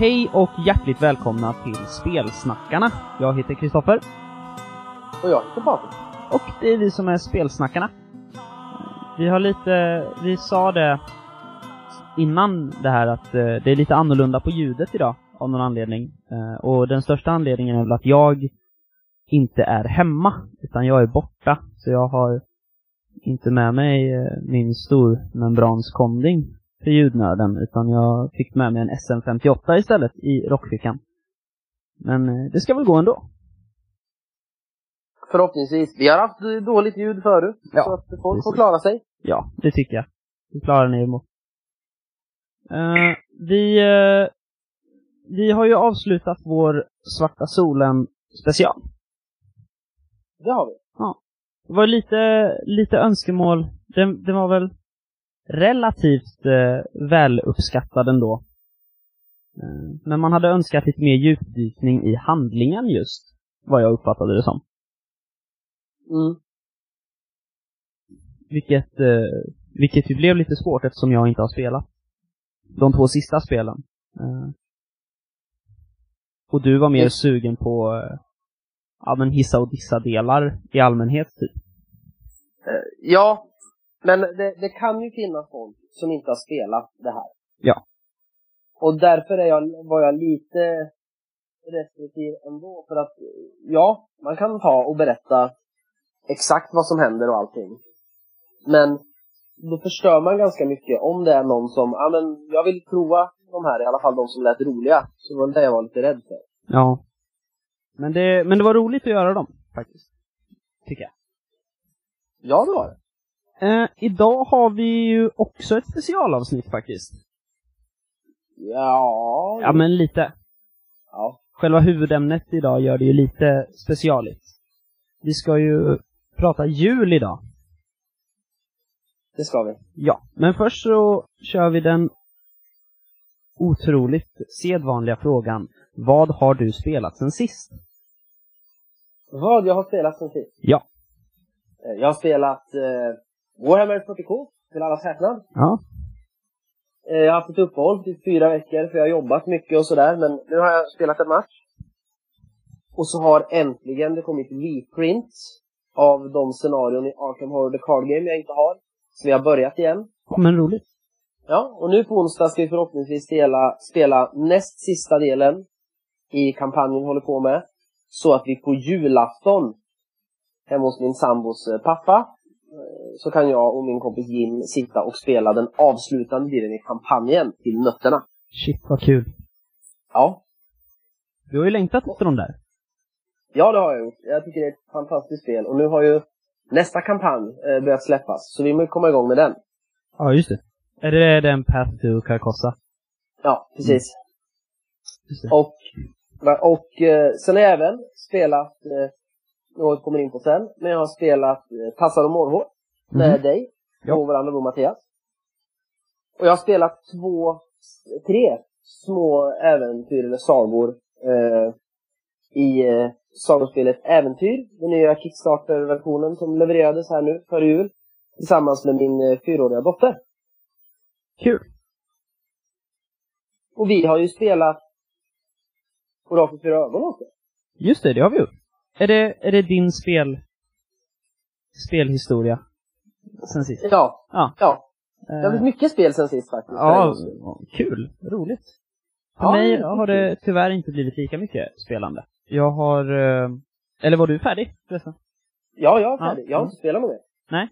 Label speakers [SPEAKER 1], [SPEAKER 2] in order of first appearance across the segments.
[SPEAKER 1] Hej och hjärtligt välkomna till Spelsnackarna. Jag heter Kristoffer.
[SPEAKER 2] Och jag heter Patrik.
[SPEAKER 1] Och det är vi som är Spelsnackarna. Vi sa det innan det här att det är lite annorlunda på ljudet idag av någon anledning. Och den största anledningen är väl att jag inte är hemma utan jag är borta. Så jag har inte med mig min stormembranskonding för ljudnöden, utan jag fick med mig en SM58 istället i rockfickan. Men det ska väl gå ändå.
[SPEAKER 2] Förhoppningsvis. Vi har haft dåligt ljud förut,
[SPEAKER 1] ja,
[SPEAKER 2] så att folk får klara sig.
[SPEAKER 1] Ja, det tycker jag. Vi klarar ni emot. Vi har ju avslutat vår Svarta solen special.
[SPEAKER 2] Det har vi.
[SPEAKER 1] Ja. Det var lite önskemål. Det var väl relativt väl uppskattad ändå. Men man hade önskat lite mer djupdykning i handlingen just, vad jag uppfattade det som.
[SPEAKER 2] Mm.
[SPEAKER 1] Vilket ju blev lite svårt eftersom jag inte har spelat de 2 sista spelen. Och du var mer sugen på men hissa och dissa delar i allmänhet typ.
[SPEAKER 2] Ja, men det kan ju finnas folk som inte har spelat det här.
[SPEAKER 1] Ja.
[SPEAKER 2] Och därför var jag lite restriktiv ändå. För att, ja, man kan ta och berätta exakt vad som händer och allting. Men då förstör man ganska mycket om det är någon som, men jag vill prova de här, i alla fall de som lät roliga. Så det var det jag var lite rädd för.
[SPEAKER 1] Ja. Men det var roligt att göra dem, faktiskt. Tycker jag.
[SPEAKER 2] Ja, det var det.
[SPEAKER 1] Idag har vi ju också ett specialavsnitt faktiskt.
[SPEAKER 2] Ja.
[SPEAKER 1] Ja, men lite.
[SPEAKER 2] Ja.
[SPEAKER 1] Själva huvudämnet idag gör det ju lite specialigt. Vi ska ju prata jul idag.
[SPEAKER 2] Det ska vi.
[SPEAKER 1] Ja, men först så kör vi den otroligt sedvanliga frågan. Vad har du spelat sen sist?
[SPEAKER 2] Vad jag har spelat sen sist?
[SPEAKER 1] Ja.
[SPEAKER 2] Jag har spelat Warhammer 40K till allas häpnad.
[SPEAKER 1] Ja.
[SPEAKER 2] Jag har haft ett uppehåll till 4 veckor för jag har jobbat mycket och sådär. Men nu har jag spelat en match. Och så har äntligen det kommit reprints av de scenarion i Arkham Horror The Card Game jag inte har. Så vi har börjat igen.
[SPEAKER 1] Ja, men roligt.
[SPEAKER 2] Ja, och nu på onsdag ska vi förhoppningsvis spela näst sista delen i kampanjen håller på med. Så att vi på julafton hemma hos min sambos pappa så kan jag och min kompis Jim sitta och spela den avslutande delen i kampanjen till nötterna.
[SPEAKER 1] Shit, vad kul.
[SPEAKER 2] Ja.
[SPEAKER 1] Du har ju längtat efter dem där.
[SPEAKER 2] Ja, det har jag gjort. Jag tycker det är ett fantastiskt spel. Och nu har ju nästa kampanj börjat släppas. Så vi måste komma igång med den.
[SPEAKER 1] Ja, just det. Är det den Path to Carcosa?
[SPEAKER 2] Ja, precis.
[SPEAKER 1] Just det.
[SPEAKER 2] Och sen har jag även spelat, något kommer in på sen, men jag har spelat Tassar och Morrhår med dig och vår andra bror Mattias. Och jag har spelat 3 små äventyr eller sagor i sagospelet Äventyr, den nya Kickstarter-versionen som levererades här nu före jul tillsammans med min 4-åriga dotter.
[SPEAKER 1] Kul.
[SPEAKER 2] Och vi har ju spelat Orakel 4 ögon också.
[SPEAKER 1] Just det har vi gjort. Är det din spelhistoria sen sist?
[SPEAKER 2] Ja. Det har blivit mycket spel sen sist faktiskt.
[SPEAKER 1] Ja, kul. Roligt. För mig har det tyvärr inte blivit lika mycket spelande. Jag har... Eller var du färdig förresten?
[SPEAKER 2] Ja, jag är färdig. Jag har inte spelat med det.
[SPEAKER 1] Nej,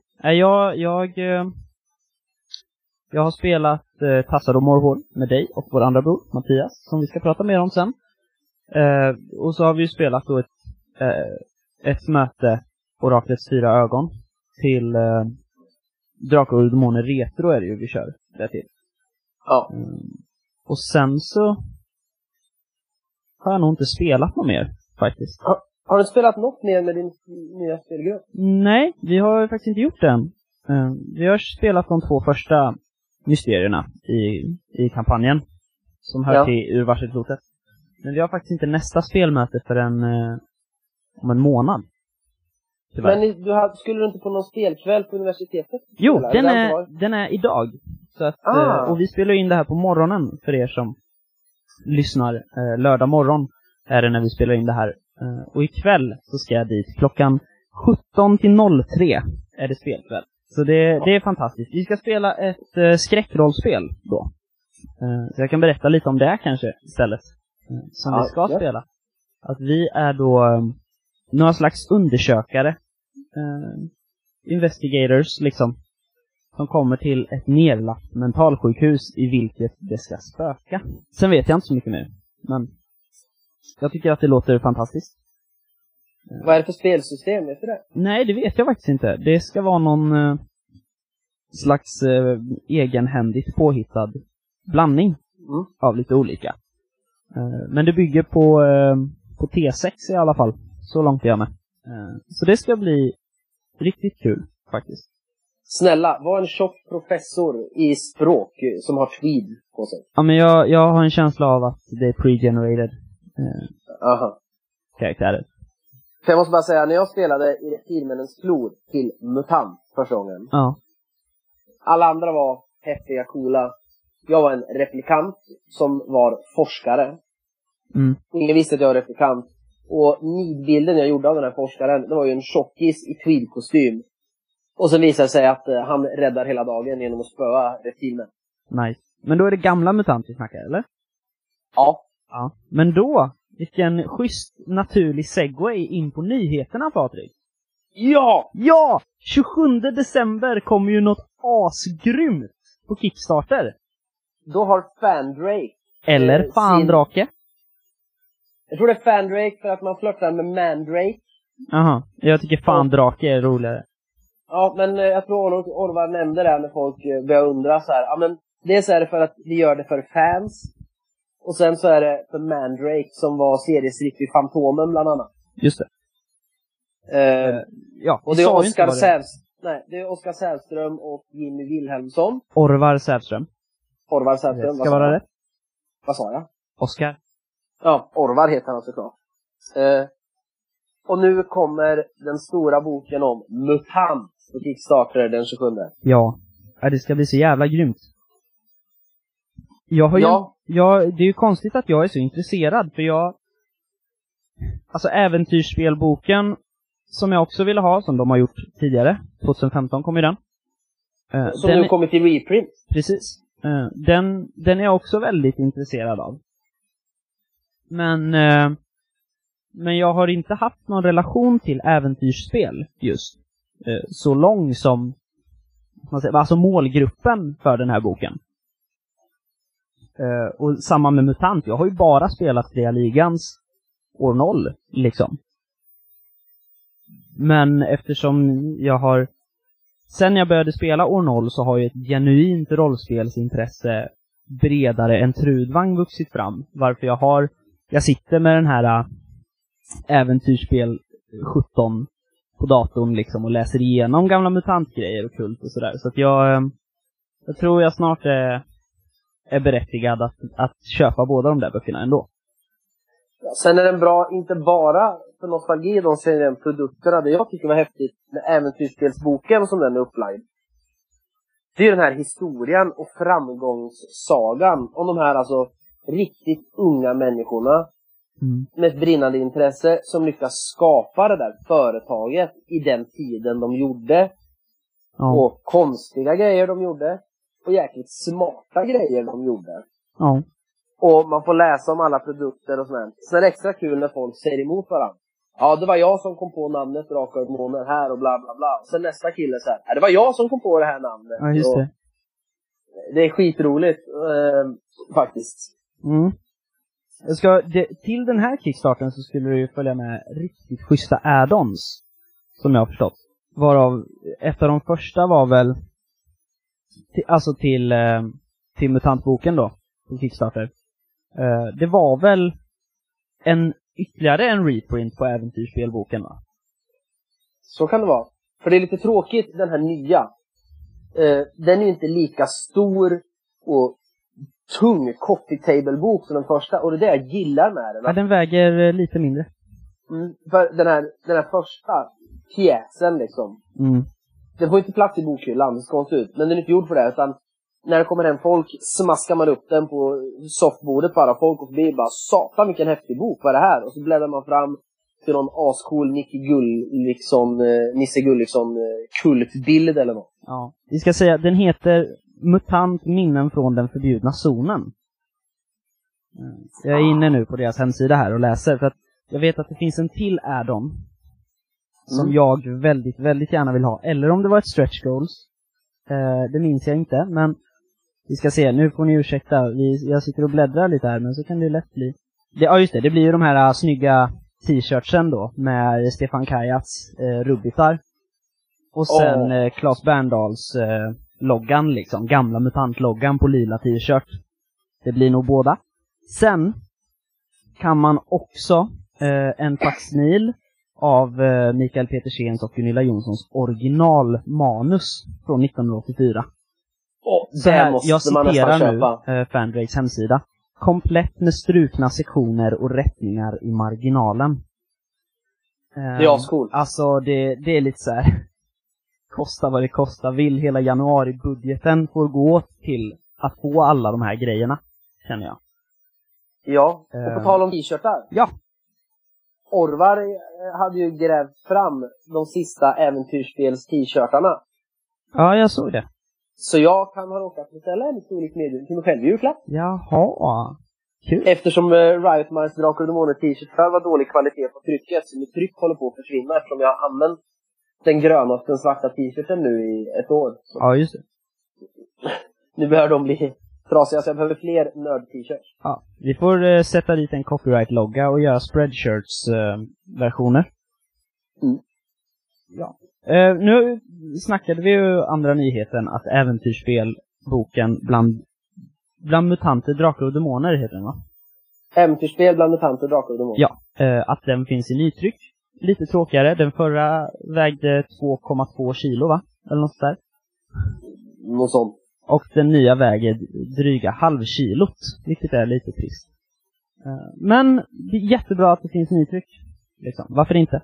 [SPEAKER 1] jag har spelat Tassar och Morrhår med dig och vår andra bror Mattias, som vi ska prata mer om sen. Och så har vi spelat då ett möte Oraklets 4 ögon till Drakar och Demoner Retro är det ju vi kör där till.
[SPEAKER 2] Ja.
[SPEAKER 1] Och sen så har jag nog inte spelat något mer faktiskt.
[SPEAKER 2] Har du spelat något mer med din nya spelgrupp?
[SPEAKER 1] Nej, vi har faktiskt inte gjort det än. Vi har spelat de 2 första mysterierna i kampanjen som hör till Ur varselklotet. Men vi har faktiskt inte nästa spelmöte förrän om en månad. Tyvärr.
[SPEAKER 2] Men skulle du inte på någon spelkväll på universitetet?
[SPEAKER 1] Jo, den är idag. Så att, och vi spelar in det här på morgonen för er som lyssnar. Lördag morgon är det när vi spelar in det här. Och ikväll så ska jag dit. Klockan 17:03 är det spelkväll. Så det är fantastiskt. Vi ska spela ett skräckrollspel då. Så jag kan berätta lite om det kanske istället. Som vi ska spela. Att vi är då några slags undersökare. Investigators liksom. Som kommer till ett nedlagt mentalsjukhus i vilket det ska spöka. Sen vet jag inte så mycket mer. Men jag tycker att det låter fantastiskt.
[SPEAKER 2] Vad är det för spelsystem? Vet du det?
[SPEAKER 1] Nej, det vet jag faktiskt inte. Det ska vara någon slags egenhändigt påhittad blandning av lite olika. Men det bygger på T6 i alla fall. Så långt jag är med. Så det ska bli riktigt kul faktiskt.
[SPEAKER 2] Snälla, var en tjock professor i språk som har tweed på sig.
[SPEAKER 1] Ja, men jag har en känsla av att det är pre-generated karaktärer.
[SPEAKER 2] För jag måste bara säga, när jag spelade i Reptilmännens flor till MUTANT första gången.
[SPEAKER 1] Ja.
[SPEAKER 2] Alla andra var häftiga, coola. Jag var en replikant som var forskare. Ingen visste att jag var replikant. Och nidbilden jag gjorde av den här forskaren, det var ju en tjockis i tweedkostym. Och sen visade det sig att han räddar hela dagen genom att spöa reptilmän.
[SPEAKER 1] Nice. Men då är det gamla MUTANT vi snackar, eller?
[SPEAKER 2] Ja.
[SPEAKER 1] Ja. Men då, vilken schysst naturlig segway in på nyheterna, Patrik.
[SPEAKER 2] Ja!
[SPEAKER 1] Ja! 27 december kommer ju något asgrymt på Kickstarter.
[SPEAKER 2] Då har Fandrake.
[SPEAKER 1] Eller Fandrake.
[SPEAKER 2] Jag tror det är Fandrake för att man flörtar med Mandrake.
[SPEAKER 1] Aha, jag tycker Fandrake är roligare.
[SPEAKER 2] Ja, men jag tror Orvar nämnde det när folk börjar undra så här. Ja, men dels är det för att vi gör det för fans. Och sen så är det för Mandrake som var seriesrikt i Fantomen bland annat.
[SPEAKER 1] Just det. Ja,
[SPEAKER 2] och det är Oskar Sävström och Jimmy Wilhelmsson.
[SPEAKER 1] Orvar Sävström.
[SPEAKER 2] Det
[SPEAKER 1] ska vara rätt.
[SPEAKER 2] Vad sa jag?
[SPEAKER 1] Oskar.
[SPEAKER 2] Ja, Orvar heter han såklart. Och nu kommer den stora boken om MUTANT på Kickstarter den 27.
[SPEAKER 1] Ja, det ska bli så jävla grymt. Det är ju konstigt att jag är så intresserad, för alltså äventyrsspelboken som jag också ville ha, som de har gjort tidigare, 2015 kom ju den.
[SPEAKER 2] Som nu kommer till reprint.
[SPEAKER 1] Precis. Den är jag också väldigt intresserad av. Men jag har inte haft någon relation till äventyrsspel just. Så lång som man säger, alltså målgruppen för den här boken. Och samma med MUTANT. Jag har ju bara spelat Fria Ligans år 0 liksom. Men eftersom sen jag började spela år 0 så har ju ett genuint rollspelsintresse bredare än Trudvang vuxit fram. Varför jag sitter med den här äventyrsspel 17 på datorn liksom och läser igenom gamla MUTANT-grejer och kult och sådär. Så att jag tror jag snart är berättigad att köpa båda de där böckerna ändå.
[SPEAKER 2] Ja, sen är den bra, inte bara för nostalgi, de säger den produkterna. Det jag tycker var häftigt med äventyrsspelsboken som den är upplagd. Det är ju den här historien och framgångssagan om de här alltså riktigt unga människorna med ett brinnande intresse som lyckas skapa det där företaget i den tiden de gjorde. Ja. Och konstiga grejer de gjorde. Och jäkligt smarta grejer de gjorde.
[SPEAKER 1] Ja.
[SPEAKER 2] Och man får läsa om alla produkter och sånt. Sen är det extra kul när folk säger emot varandra. Ja, det var jag som kom på namnet Raka ut månen här och bla bla bla. Och sen nästa kille så här. Det var jag som kom på det här namnet.
[SPEAKER 1] Ja, just det.
[SPEAKER 2] Det är skitroligt faktiskt.
[SPEAKER 1] Till den här kickstarten så skulle det ju följa med riktigt schyssta add-ons. Som jag har förstått. Varav ett av de första var väl till MUTANT-boken då. På Kickstarter. Det var väl ytterligare en reprint på äventyrsspelboken, va?
[SPEAKER 2] Så kan det vara. För det är lite tråkigt, den här nya. Den är ju inte lika stor och tung coffee table-bok som den första. Och det är det jag gillar med den.
[SPEAKER 1] Ja, den väger lite mindre.
[SPEAKER 2] För den här första pjäsen liksom. Den får inte plats i bokhyllan, det ska inte ut. Men den är inte gjord för det, utan när det kommer hem folk smaskar man upp den på softbordet bara. Folk och blir bara, satan vilken häftig bok, vad är det här? Och så bläddrar man fram till någon ascool Nisse Gulliksson kultbild eller något.
[SPEAKER 1] Ja, vi ska säga, den heter Mutant minnen från den förbjudna zonen. Jag är inne nu på deras hemsida här och läser, för att jag vet att det finns en till add-on som jag väldigt, väldigt gärna vill ha. Eller om det var ett stretch goals. Det minns jag inte, men vi ska se, nu får ni ursäkta. Jag sitter och bläddrar lite här, men så kan det lätt bli. Ja, just det blir ju de här snygga t-shirtsen då, med Stefan Kajats rubbitar. Och sen Claes Berndahls loggan liksom, gamla mutantloggan på lila t-shirt. Det blir nog båda. Sen kan man också en faxmil av Mikael Petersens och Gunilla Jonssons originalmanus från 1984. Så här, jag citerar nu Fandrakes hemsida. Komplett med strukna sektioner och rättningar i marginalen.
[SPEAKER 2] Det är ascool.
[SPEAKER 1] Alltså det är lite så här. Kosta vad det kostar vill. Hela januari-budgeten får gå till att få alla de här grejerna, känner jag.
[SPEAKER 2] Ja, och på tal om t-shirtar.
[SPEAKER 1] Ja.
[SPEAKER 2] Orvar hade ju grävt fram de sista äventyrsspels t-shirtarna.
[SPEAKER 1] Ja, jag såg det.
[SPEAKER 2] Så jag kan ha råkat beställa en storlek medium till mig själv i julklapp.
[SPEAKER 1] Jaha, kul.
[SPEAKER 2] Eftersom Riot Minds Drakar och Demoner t-shirtar var dålig kvalitet på trycket, så mitt tryck håller på att försvinna eftersom jag har använt den gröna och den svarta t-shirten nu i ett år. Så.
[SPEAKER 1] Ja, just det.
[SPEAKER 2] Nu behöver de bli trasiga, så jag behöver fler nörd-t-shirts.
[SPEAKER 1] Ja, vi får sätta dit en copyright-logga och göra spreadshirts-versioner. Ja. Nu snackade vi ju andra nyheten att äventyrsspelboken bland mutanter, drakar och demoner heter den, va?
[SPEAKER 2] Äventyrsspel bland mutanter, drakar och demoner.
[SPEAKER 1] Ja, att den finns i nytryck. Lite tråkigare, den förra vägde 2,2 kilo, va? Eller något där.
[SPEAKER 2] Något sånt.
[SPEAKER 1] Och den nya väger dryga halvkilot, vilket är lite trist. Men det är jättebra att det finns nytryck. Liksom. Varför inte?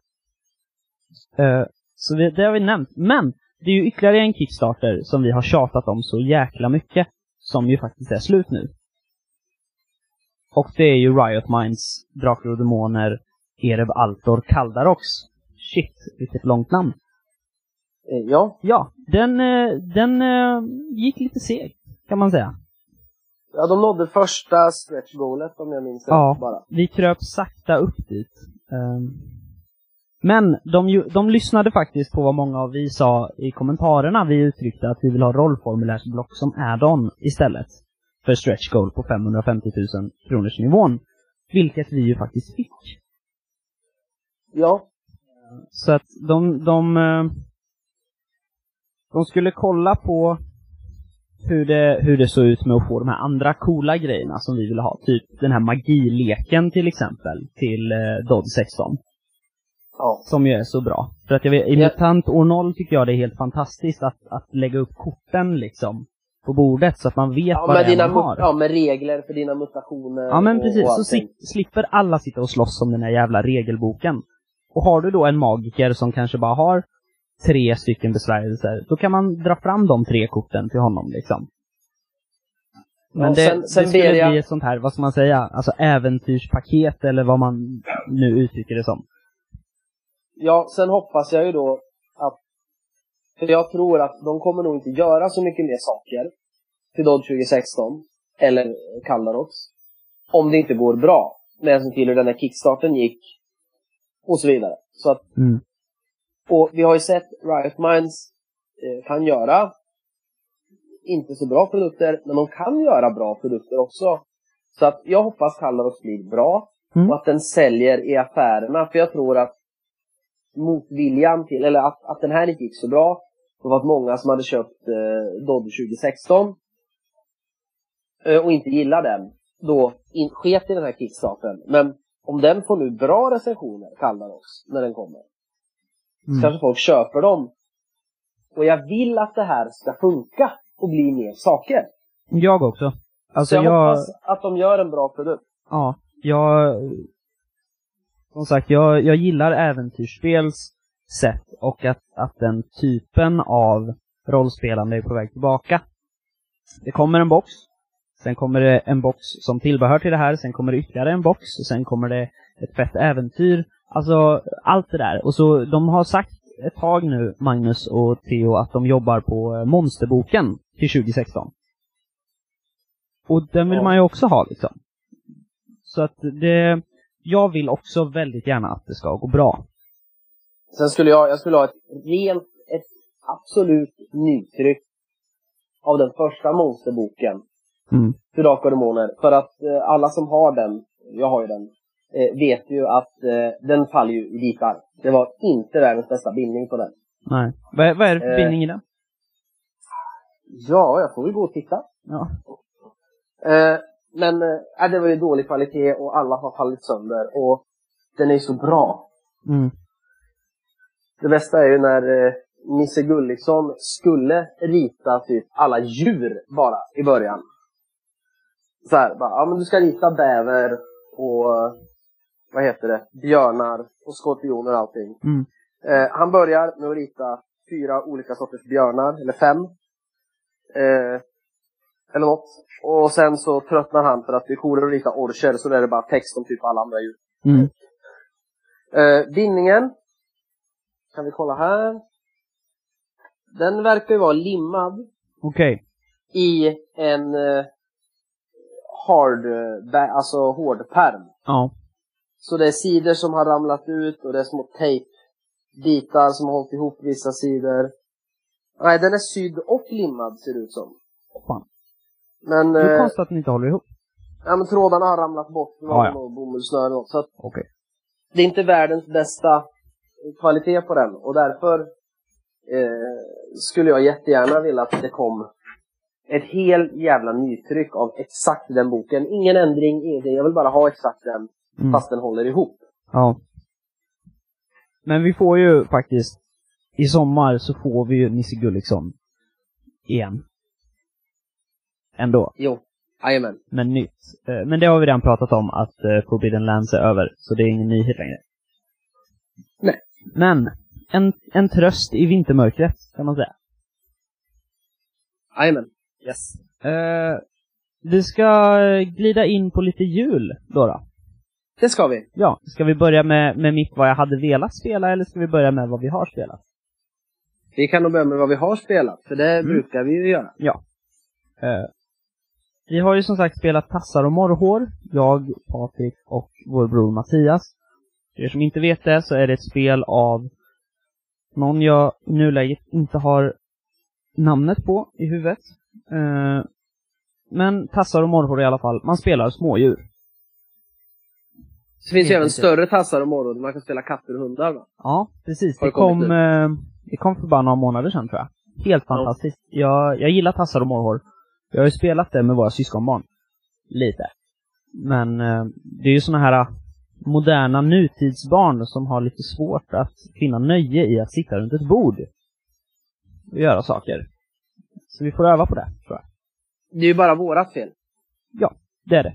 [SPEAKER 1] Så det har vi nämnt. Men det är ju ytterligare en Kickstarter som vi har tjatat om så jäkla mycket, som ju faktiskt är slut nu. Och det är ju Riot Minds Drakar och Demoner Erev Altor Kaldarox. Shit, vilket långt namn.
[SPEAKER 2] Ja.
[SPEAKER 1] Ja, den gick lite seg, kan man säga.
[SPEAKER 2] Ja, de nådde första stretch-goalet, om jag minns rätt bara.
[SPEAKER 1] Vi kröp sakta upp dit. Men de lyssnade faktiskt på vad många av vi sa i kommentarerna. Vi uttryckte att vi vill ha rollformulärsblock som add-on istället för stretch goal på 550 000 kronors nivån. Vilket vi ju faktiskt fick.
[SPEAKER 2] Ja.
[SPEAKER 1] Så att de skulle kolla på hur det såg ut med att få de här andra coola grejerna som vi ville ha. Typ den här magileken till exempel till Dodd 16.
[SPEAKER 2] Ja.
[SPEAKER 1] Som ju är så bra. För att jag vet, i Mutant år 0 tycker jag det är helt fantastiskt att lägga upp korten liksom på bordet så att man vet vad det är man har.
[SPEAKER 2] Ja, med regler för dina mutationer.
[SPEAKER 1] Ja, men precis. Så slipper alla sitta och slåss om den här jävla regelboken. Och har du då en magiker som kanske bara har 3 stycken besvärjelser, då kan man dra fram de 3 korten till honom liksom. Men det skulle bli ett sånt här, vad ska man säga, alltså äventyrspaket eller vad man nu uttrycker det som.
[SPEAKER 2] Ja, sen hoppas jag ju då att, för jag tror att de kommer nog inte göra så mycket mer saker till Dodd 2016 eller Kaldarox om det inte går bra med hänsyn till hur den här kickstarten gick och så vidare. Så att och vi har ju sett Riot Minds kan göra inte så bra produkter, men de kan göra bra produkter också. Så att jag hoppas Kaldarox blir bra och att den säljer i affärerna, för jag tror att motviljan till, eller att den här inte gick så bra, det var att många som hade köpt Dodd 2016 och inte gillade den då sket i den här kickstarten. Men om den får nu bra recensioner, Kaldarox, när den kommer, så kanske folk köper dem. Och jag vill att det här ska funka och bli mer saker.
[SPEAKER 1] Jag också. Alltså
[SPEAKER 2] så jag hoppas att de gör en bra produkt.
[SPEAKER 1] Ja, som sagt, jag gillar äventyrsspels sätt och att den typen av rollspelande är på väg tillbaka. Det kommer en box. Sen kommer det en box som tillbehör till det här. Sen kommer det ytterligare en box. Och sen kommer det ett fett äventyr. Alltså allt det där. Och så de har sagt ett tag nu, Magnus och Theo, att de jobbar på monsterboken till 2016. Och den vill man ju också ha liksom. Så att jag vill också väldigt gärna att det ska gå bra.
[SPEAKER 2] Sen skulle jag skulle ha ett absolut nytryck av den första monsterboken. För Drakar och Demoner. För att alla som har den, jag har ju den, vet ju att den faller ju i bitar. Det var inte världens bästa bindning på den.
[SPEAKER 1] Nej. Vad är det för bindning i den?
[SPEAKER 2] Ja, jag får väl gå och titta.
[SPEAKER 1] Ja.
[SPEAKER 2] Men det var ju dålig kvalitet och alla har fallit sönder. Och den är ju så bra. Det bästa är ju när Nisse Gulliksson skulle rita typ alla djur bara i början. Så här, bara, men du ska rita bäver och björnar och skorpioner och allting. Han börjar med att rita 4 olika sorters björnar, eller 5. Eller något. Och sen så tröttnar han för att det är coolare att rita orcher, så är det bara text om typ alla andra djur. Bindningen kan vi kolla här. Den verkar ju vara limmad.
[SPEAKER 1] Okej.
[SPEAKER 2] I en hård pärm.
[SPEAKER 1] Ja.
[SPEAKER 2] Så det är sidor som har ramlat ut och det är små tejpbitar som har hållit ihop vissa sidor. Nej, den är sydd och limmad ser det ut som.
[SPEAKER 1] Fan.
[SPEAKER 2] Men
[SPEAKER 1] det är konstigt att den inte håller ihop.
[SPEAKER 2] Ja, men trådarna har ramlat bort. Och bomullsnören och så att det är inte världens bästa kvalitet på den. Och därför skulle jag jättegärna vilja att det kom ett helt jävla nytryck av exakt den boken. Ingen ändring i det. Jag vill bara ha exakt den. Fast den håller ihop.
[SPEAKER 1] Ja. Men vi får ju faktiskt i sommar så får vi ju Nisse Gulliksson igen. Ändå.
[SPEAKER 2] Jo, jajamän.
[SPEAKER 1] Men nytt. Men det har vi redan pratat om, att Forbidden Lands är över. Så det är ingen nyhet längre.
[SPEAKER 2] Nej.
[SPEAKER 1] Men en tröst i vintermörkret, kan man säga.
[SPEAKER 2] Jajamän.
[SPEAKER 1] Yes. Vi ska glida in på lite jul då.
[SPEAKER 2] Det ska vi.
[SPEAKER 1] Ja, ska vi börja med mitt vad jag hade velat spela, eller ska vi börja med vad vi har spelat?
[SPEAKER 2] Vi kan nog börja med vad vi har spelat, för det brukar vi ju göra.
[SPEAKER 1] Ja. Vi har ju som sagt spelat Tassar och Morrhår, jag, Patrik och vår bror Mattias. För er som inte vet det så är det ett spel av någon jag i nuläget inte har namnet på i huvudet. Men Tassar och Morrhår i alla fall, man spelar smådjur.
[SPEAKER 2] Så finns ju även större tassar och morgon. Man kan spela katter och hundar, va?
[SPEAKER 1] Ja, precis. Det kom för bara några månader sedan, tror jag. Helt fantastiskt. Jag gillar Tassar och Morrhår. Jag har ju spelat det med våra syskonbarn. Lite. Men det är ju såna här moderna nutidsbarn som har lite svårt att finna nöje i att sitta runt ett bord och göra saker. Så vi får öva på det, tror jag.
[SPEAKER 2] Det är ju bara vårat fel.
[SPEAKER 1] Ja, det är det.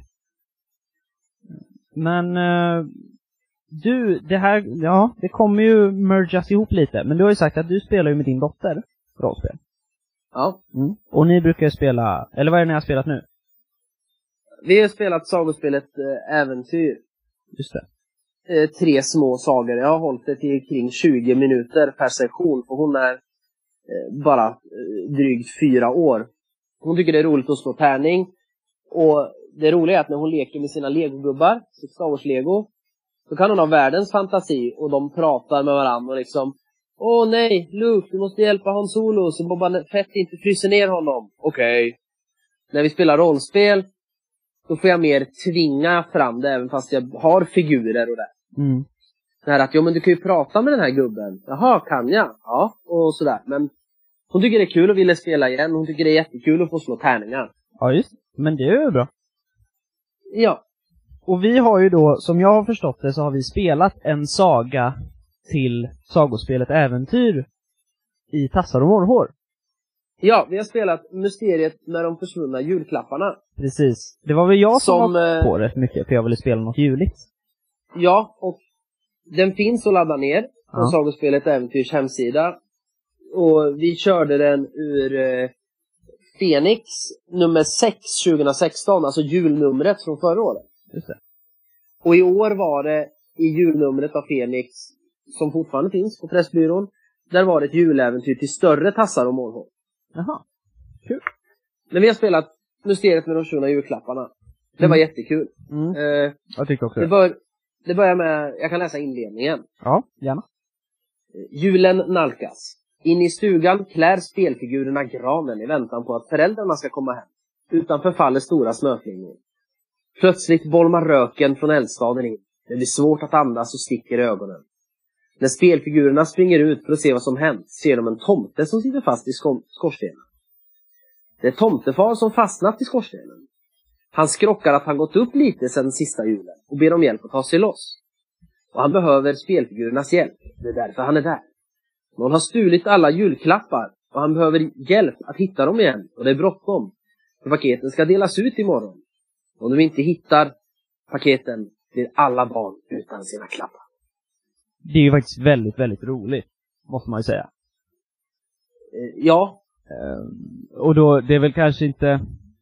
[SPEAKER 1] Men det här, ja, det kommer ju mergas ihop lite. Men du har ju sagt att du spelar ju med din dotter rollspel.
[SPEAKER 2] Ja.
[SPEAKER 1] Och ni brukar ju spela, eller vad är det ni har spelat nu?
[SPEAKER 2] Vi har spelat sagospelet Äventyr.
[SPEAKER 1] Just det.
[SPEAKER 2] 3 små sagor. Jag har hållit det till kring 20 minuter per sektion. För hon är bara drygt 4 år. Hon tycker det är roligt att slå tärning. Och det roliga är att när hon leker med sina legogubbar, sitt Star Wars Lego, så kan hon ha världens fantasi och de pratar med varandra och liksom: åh nej, Luke, du måste hjälpa Han Solo så Boba Fett inte fryser ner honom. Okej. När vi spelar rollspel, då får jag mer tvinga fram det, även fast jag har figurer och det. Det här att, men du kan ju prata med den här gubben. Jaha, kan jag? Ja, och sådär. Men hon tycker det är kul och ville spela igen. Hon tycker det är jättekul att få slå tärningar.
[SPEAKER 1] Ja, just. Men det är ju bra.
[SPEAKER 2] Ja.
[SPEAKER 1] Och vi har ju då, som jag har förstått det, så har vi spelat en saga till sagospelet Äventyr i Tassar och Morrhår.
[SPEAKER 2] Ja, vi har spelat Mysteriet med de försvunna julklapparna.
[SPEAKER 1] Precis. Det var väl jag som var på rätt mycket, för jag ville spela något juligt.
[SPEAKER 2] Ja, och den finns att ladda ner på sagospelet Äventyrs hemsida. Och vi körde den ur Fenix nummer 6 2016, alltså julnumret från förra året.
[SPEAKER 1] Just det.
[SPEAKER 2] Och i år var det i julnumret av Fenix, som fortfarande finns på Pressbyrån, där var det ett juläventyr till större tassar och målhåll.
[SPEAKER 1] Jaha, kul.
[SPEAKER 2] Men vi har spelat Mysteriet med de 20 julklapparna. Det var jättekul.
[SPEAKER 1] Jag tycker också
[SPEAKER 2] det börjar med, jag kan läsa inledningen.
[SPEAKER 1] Ja, gärna.
[SPEAKER 2] Julen nalkas. In i stugan klär spelfigurerna granen i väntan på att föräldrarna ska komma hem. Utanför faller stora snöflingor. Plötsligt bolmar röken från eldstaden in. Det blir svårt att andas och sticker i ögonen. När spelfigurerna springer ut för att se vad som hänt ser de en tomte som sitter fast i skorstenen. Det är tomtefar som fastnat i skorstenen. Han skrockar att han gått upp lite sedan sista julen och ber om hjälp att ta sig loss. Och han behöver spelfigurernas hjälp. Det är därför han är där. Någon har stulit alla julklappar och han behöver hjälp att hitta dem igen. Och det är bråttom. För paketen ska delas ut imorgon. Om de inte hittar paketen blir alla barn utan sina klappar.
[SPEAKER 1] Det är ju faktiskt väldigt, väldigt roligt, måste man ju säga.
[SPEAKER 2] Ja.
[SPEAKER 1] Och då, det är väl kanske inte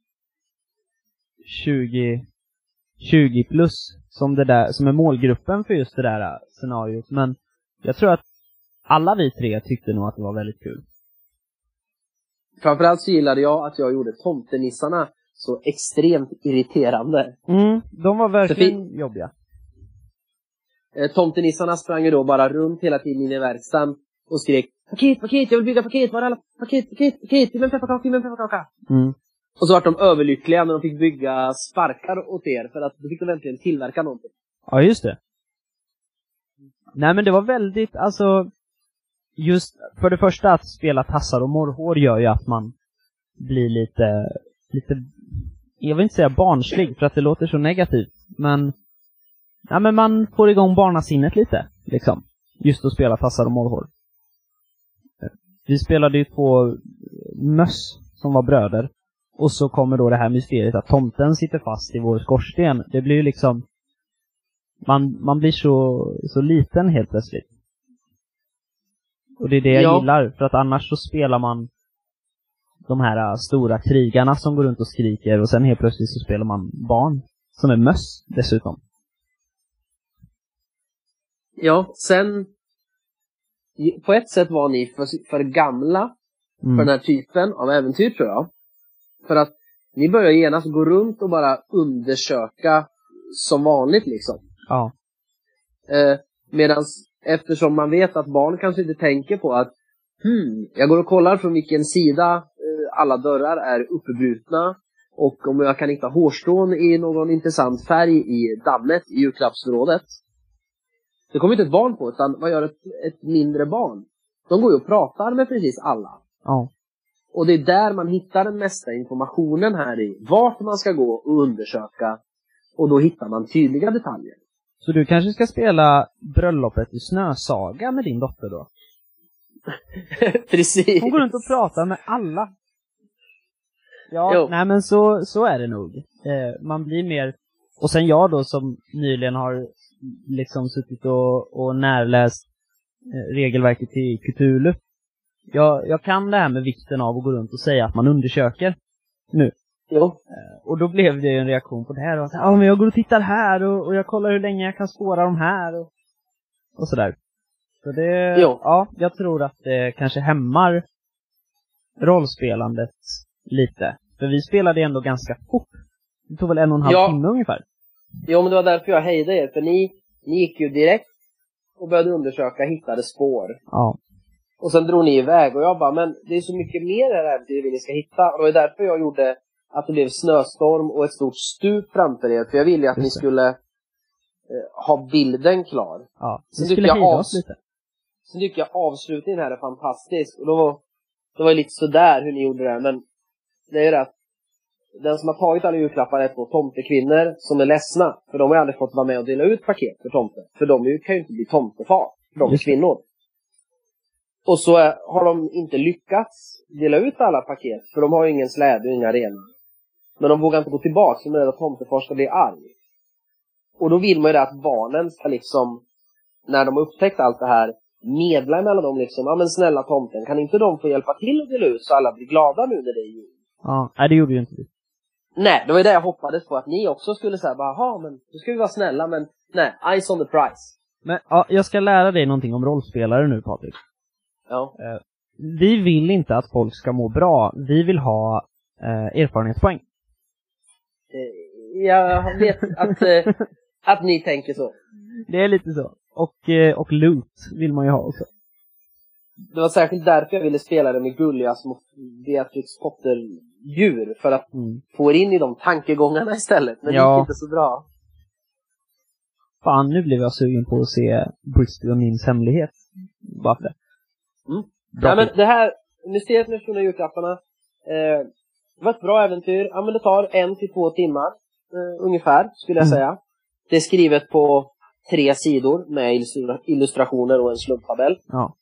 [SPEAKER 1] 20 plus som det där, som är målgruppen för just det där scenariot. Men jag tror att alla vi tre tyckte nog att det var väldigt kul.
[SPEAKER 2] Framförallt så gillade jag att jag gjorde tomtenissarna så extremt irriterande.
[SPEAKER 1] De var verkligen jobbiga.
[SPEAKER 2] Tomtenissarna sprang ju då bara runt hela tiden in i verkstaden och skrek paket, jag vill bygga paket, var alla paket, till en pepparkaka. Och så var de överlyckliga när de fick bygga sparkar åt er, för att då fick de verkligen tillverka någonting.
[SPEAKER 1] Ja, just det. Nej, men det var väldigt, alltså, just för det första att spela tassar och morrhår gör ju att man blir lite, jag vill inte säga barnslig för att det låter så negativt, men ja, men man får igång barnasinnet lite, liksom. Just att spela tassar och morrhår. Vi spelade ju 2 möss som var bröder. Och så kommer då det här mysteriet att tomten sitter fast i vår skorsten. Det blir ju liksom, man blir så liten helt plötsligt. Och det är det jag gillar. För att annars så spelar man de här stora krigarna som går runt och skriker. Och sen helt plötsligt så spelar man barn som är möss dessutom.
[SPEAKER 2] Ja, sen på ett sätt var ni för gamla för den här typen av äventyr, tror jag. För att ni börjar genast gå runt och bara undersöka som vanligt, liksom.
[SPEAKER 1] Ja.
[SPEAKER 2] Medan eftersom man vet att barn kanske inte tänker på att jag går och kollar från vilken sida alla dörrar är uppbrutna, och om jag kan hitta hårstrån i någon intressant färg i dammet i julklappsförrådet. Det kommer inte ett barn på, utan vad gör ett mindre barn? De går ju och pratar med precis alla.
[SPEAKER 1] Ja.
[SPEAKER 2] Och det är där man hittar den mesta informationen här i. Vart man ska gå och undersöka. Och då hittar man tydliga detaljer.
[SPEAKER 1] Så du kanske ska spela bröllopet i Snösaga med din dotter då?
[SPEAKER 2] Precis.
[SPEAKER 1] Hon går runt och pratar med alla. Ja, nej men så är det nog. Man blir mer... Och sen jag då som nyligen har liksom suttit och närläst regelverket till Cthulhu. Jag kan det här med vikten av att gå runt och säga att man undersöker nu.
[SPEAKER 2] Jo.
[SPEAKER 1] Och då blev det en reaktion på det här. Och men jag går och tittar här och jag kollar hur länge jag kan spåra de här. Och sådär. Så det, ja, jag tror att det kanske hämmar rollspelandet lite. För vi spelade ändå ganska fort. Det tog väl 1,5 timme ungefär.
[SPEAKER 2] Jo, men det var därför jag hejde er. För ni gick ju direkt och började undersöka, hittade spår.
[SPEAKER 1] Ja.
[SPEAKER 2] Och sen drog ni iväg och jag bara, men det är så mycket mer här vi ska hitta. Och det var därför jag gjorde att det blev snöstorm och ett stort stup framför er. För jag ville ju att ni skulle ha bilden klar.
[SPEAKER 1] Ja,
[SPEAKER 2] sen tycker jag avslutningen här är fantastisk. Och då var det lite sådär hur ni gjorde det. Men det är ju det att den som har tagit alla julklappar är 2 tomtekvinnor som är ledsna. För de har aldrig fått vara med och dela ut paket för tomten. För de kan ju inte bli tomtefar. För de är kvinnor. Och så har de inte lyckats dela ut alla paket. För de har ju ingen släde och inga arena. Men de vågar inte gå tillbaka. Så de är rädda att tomtefar ska bli arg. Och då vill man ju det att barnen ska liksom, när de har upptäckt allt det här, medla mellan dem liksom. Ja, men snälla tomten, kan inte de få hjälpa till att dela ut så alla blir glada nu när det är jul?
[SPEAKER 1] Ja, nej det gjorde ju inte du.
[SPEAKER 2] Nej, det var ju det jag hoppades på, att ni också skulle säga bara, jaha, men nu ska vi vara snälla, men nej, eyes on the prize.
[SPEAKER 1] Men ja, jag ska lära dig någonting om rollspelare nu, Patrik.
[SPEAKER 2] Ja.
[SPEAKER 1] Vi vill inte att folk ska må bra. Vi vill ha erfarenhetspoäng.
[SPEAKER 2] Jag vet att ni tänker så.
[SPEAKER 1] Det är lite så. Och loot vill man ju ha också.
[SPEAKER 2] Det var särskilt därför jag ville spela det med gulliga små Beatrix Potter-djur. För att få in i de tankegångarna istället. Men det gick inte så bra.
[SPEAKER 1] Fan, nu blev jag sugen på att se Bristol och Nims hemlighet. Bara för det.
[SPEAKER 2] Ja, men det här Mysteriet med 20 julklapparna, det var ett bra äventyr. Ja, men det tar 1 till 2 timmar ungefär, skulle jag säga. Det är skrivet på 3 sidor med illustrationer och en slumptabell.
[SPEAKER 1] Ja.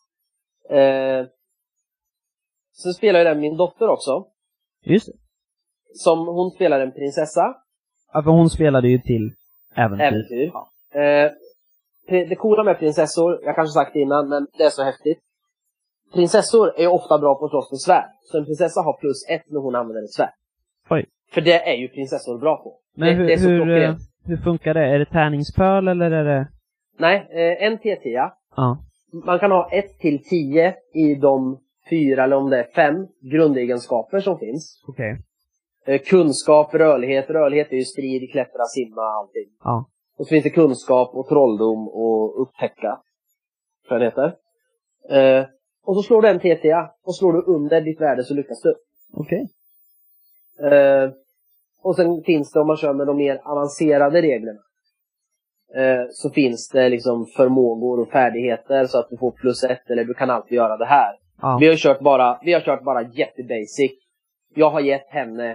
[SPEAKER 2] Så spelar ju den min dotter också.
[SPEAKER 1] Just det.
[SPEAKER 2] Som hon spelar en prinsessa.
[SPEAKER 1] Ja, för hon spelade ju till äventyr.
[SPEAKER 2] Ja. Det coola med prinsessor, jag kanske sagt det innan, men det är så häftigt. Prinsessor är ju ofta bra på att slåss med svärd. Så en prinsessa har +1 när hon använder ett svärd.
[SPEAKER 1] Oj.
[SPEAKER 2] För det är ju prinsessor bra på.
[SPEAKER 1] Men
[SPEAKER 2] det är så
[SPEAKER 1] hur funkar det? Är det tärningspöl eller är det...
[SPEAKER 2] Nej, en T10.
[SPEAKER 1] Ja.
[SPEAKER 2] Man kan ha 1 till 10 i de 4 eller om det är 5 grundegenskaper som finns.
[SPEAKER 1] Okej.
[SPEAKER 2] Kunskap, rörlighet. Rörlighet är ju strid, klättra, simma, allting.
[SPEAKER 1] Ja.
[SPEAKER 2] Och så finns det kunskap och trolldom och upptäcka. Vad det heter. Och så slår du en T10 och slår du under ditt värde så lyckas du.
[SPEAKER 1] Okej.
[SPEAKER 2] Och sen finns det, om man kör med de mer avancerade reglerna, så finns det liksom förmågor och färdigheter så att du får +1 eller du kan alltid göra det här.
[SPEAKER 1] Ja.
[SPEAKER 2] Vi har kört bara jättebasic. Jag har gett henne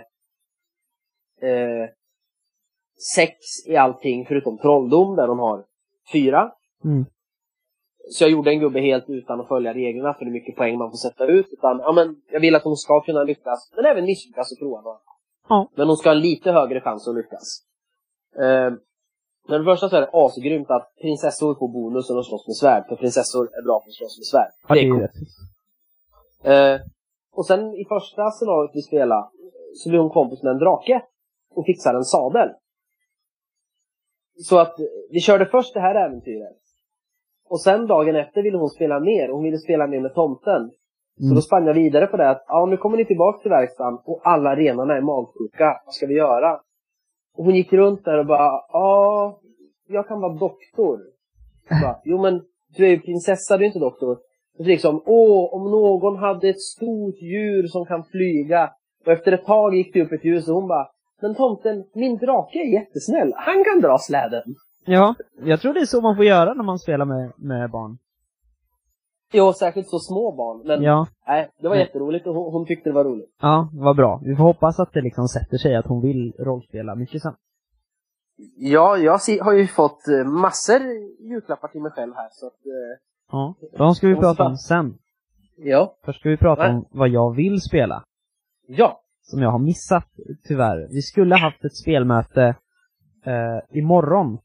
[SPEAKER 2] 6 i allting förutom trolldom där hon har 4. Så jag gjorde en gubbe helt utan att följa reglerna för hur mycket poäng man får sätta ut. Utan, ja, men jag vill att hon ska kunna lyckas, men även misslyckas och prova.
[SPEAKER 1] Ja.
[SPEAKER 2] Men hon ska ha en lite högre chans att lyckas. Men det första så är det asgrymt att prinsessor får bonus och slåss med svärd. För prinsessor är bra på att slåss med svärd.
[SPEAKER 1] Ja, det är rätt.
[SPEAKER 2] Och sen i första scenariot vi spelar så blir hon kompis med en drake och fixar en sadel. Så att vi körde först det här äventyret. Och sen dagen efter ville hon spela mer. Hon ville spela mer med tomten. Så då spann jag vidare på det att nu kommer ni tillbaka till verkstaden och alla renarna är magsjuka. Vad ska vi göra? Och hon gick runt där och bara, jag kan vara doktor. Bara, jo men du är ju prinsessa, du är inte doktor. Och så liksom, om någon hade ett stort djur som kan flyga. Och efter ett tag gick det upp ett ljus och hon bara, men tomten, min drake är jättesnäll. Han kan dra släden.
[SPEAKER 1] Ja, jag tror det är så man får göra när man spelar med barn.
[SPEAKER 2] Jo, särskilt så små barn. Men
[SPEAKER 1] ja.
[SPEAKER 2] Nej, det var jätteroligt och hon tyckte det var roligt.
[SPEAKER 1] Ja, vad bra. Vi får hoppas att det liksom sätter sig att hon vill rollspela mycket sen.
[SPEAKER 2] Ja, jag har ju fått massor julklappar till mig själv här. Så att,
[SPEAKER 1] ja, de ska vi prata om sen.
[SPEAKER 2] Ja.
[SPEAKER 1] Först ska vi prata om vad jag vill spela.
[SPEAKER 2] Ja.
[SPEAKER 1] Som jag har missat, tyvärr. Vi skulle ha haft ett spelmöte imorgon.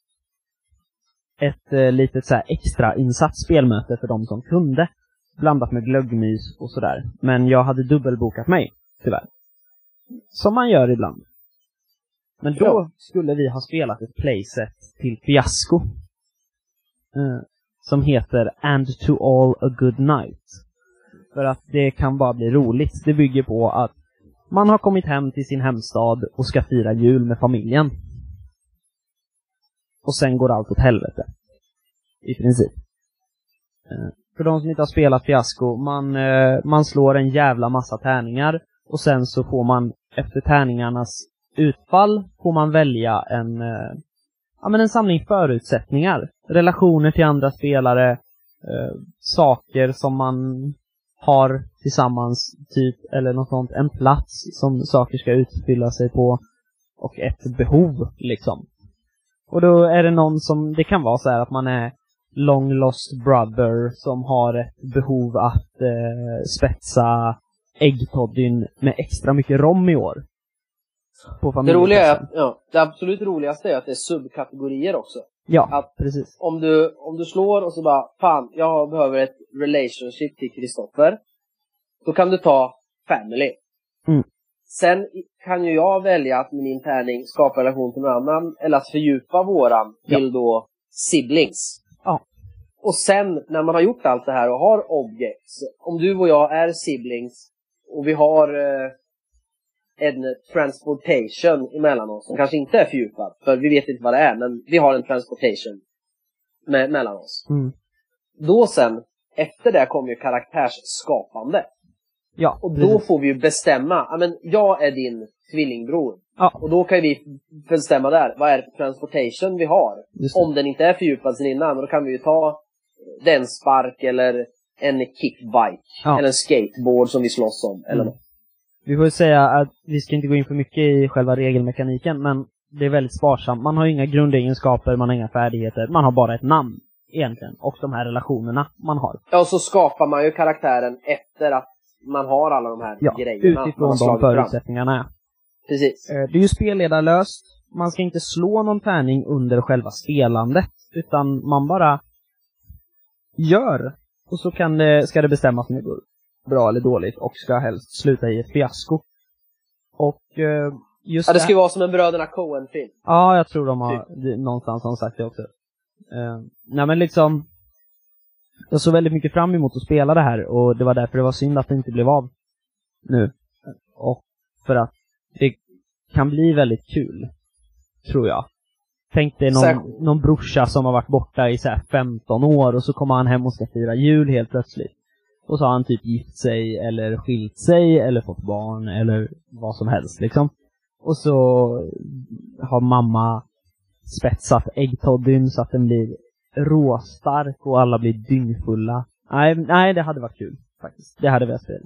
[SPEAKER 1] Ett litet så här extra insatt spelmöte för de som kunde. Blandat med glöggmys och sådär. Men jag hade dubbelbokat mig, tyvärr. Som man gör ibland. Men då skulle vi ha spelat ett playset till Fiasko. Som heter And to all a good night. För att det kan bara bli roligt. Det bygger på att man har kommit hem till sin hemstad och ska fira jul med familjen. Och sen går allt åt helvete. I princip. För de som inte har spelat Fiasko, man slår en jävla massa tärningar. Och sen så får man, efter tärningarnas utfall, får man välja en samling förutsättningar. Relationer till andra spelare. Saker som man har tillsammans, typ, eller något sånt. En plats som saker ska utfylla sig på. Och ett behov, liksom. Och då är det någon som, det kan vara så här att man är long lost brother som har ett behov att spetsa äggtoddyn med extra mycket rom i år. På
[SPEAKER 2] det roliga är att, det absolut roligaste är att det är subkategorier också.
[SPEAKER 1] Ja,
[SPEAKER 2] att
[SPEAKER 1] precis.
[SPEAKER 2] Om du slår och så bara, fan, jag behöver ett relationship till Kristoffer. Då kan du ta family. Sen kan ju jag välja att med min tärning skapa relation till någon annan, eller att fördjupa våran till då siblings.
[SPEAKER 1] Ja.
[SPEAKER 2] Och sen när man har gjort allt det här och har objects, om du och jag är siblings och vi har en transportation emellan oss som kanske inte är fördjupad, för vi vet inte vad det är, men vi har en transportation mellan oss. Då sen, efter det kommer ju karaktärsskapande.
[SPEAKER 1] Ja,
[SPEAKER 2] och då får vi ju bestämma, men jag är din tvillingbror.
[SPEAKER 1] Ja.
[SPEAKER 2] Och då kan vi bestämma där, vad är det för transportation vi har? Om den inte är fördjupad sen innan, och då kan vi ju ta den spark eller en kickbike. Eller en skateboard som vi slåss om. Eller något.
[SPEAKER 1] Vi får ju säga att vi ska inte gå in för mycket i själva regelmekaniken, men det är väldigt sparsamt. Man har inga grundegenskaper, man har inga färdigheter, man har bara ett namn egentligen, och de här relationerna man har.
[SPEAKER 2] Ja, och så skapar man ju karaktären efter att man har alla de här grejerna.
[SPEAKER 1] Utifrån de förutsättningarna.
[SPEAKER 2] Precis.
[SPEAKER 1] Det är ju spelledarlöst. Man ska inte slå någon tärning under själva spelandet, utan man bara gör. Och så ska det bestämmas om det går bra eller dåligt, och ska helst sluta i ett fiasko. Och just
[SPEAKER 2] det ska ju vara som en Bröderna Coen-film.
[SPEAKER 1] Ja, jag tror de har någonstans har sagt det också. Nej, men liksom, jag såg väldigt mycket fram emot att spela det här, och det var därför det var synd att det inte blev av nu. Och för att det kan bli väldigt kul, tror jag. Tänk dig någon brorsa som har varit borta i så här 15 år, och så kommer han hem och ska fira jul helt plötsligt. Och så har han typ gift sig, eller skilt sig, eller fått barn, eller vad som helst liksom. Och så har mamma spetsat äggtoddyn så att den blir råstark och alla blir dyngfulla. Nej, det hade varit kul faktiskt. Det hade vi spelat.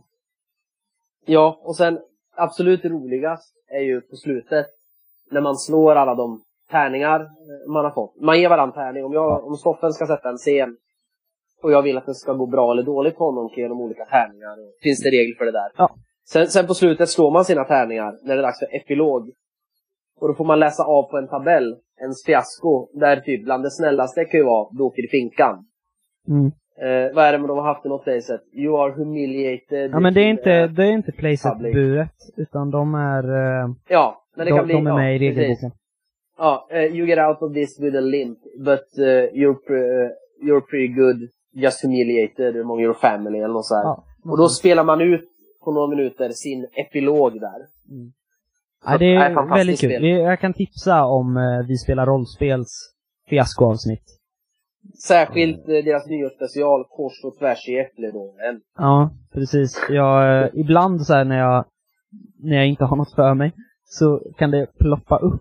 [SPEAKER 1] Ja,
[SPEAKER 2] och sen absolut roligast är ju på slutet när man slår alla de tärningar man har fått. Man ger varandra tärning. Om Stoffen ska sätta en scen och jag vill att det ska gå bra eller dåligt på honom genom olika tärningar, finns det regler för det där.
[SPEAKER 1] Ja.
[SPEAKER 2] Sen på slutet slår man sina tärningar när det är dags för epilog. Och då får man läsa av på en tabell ens fiasko, där typ bland det snällaste kan ju vara du åker i finkan. Vad är det med de har haft i något playset? You are humiliated.
[SPEAKER 1] Ja, men det är inte playset-buret, utan de är
[SPEAKER 2] men det kan bli,
[SPEAKER 1] de är med i regelboken.
[SPEAKER 2] You get out of this with a limp, but you're pretty good, just humiliated among your family eller något så här. Och då spelar man ut på några minuter sin epilog där.
[SPEAKER 1] Det är väldigt kul. Jag kan tipsa om Vi spelar rollspels fiaskoavsnitt.
[SPEAKER 2] Särskilt deras nyårsspecial Kors och tvärs i Äppledåren.
[SPEAKER 1] Ja, precis. Ibland så här när jag inte har något för mig, så kan det ploppa upp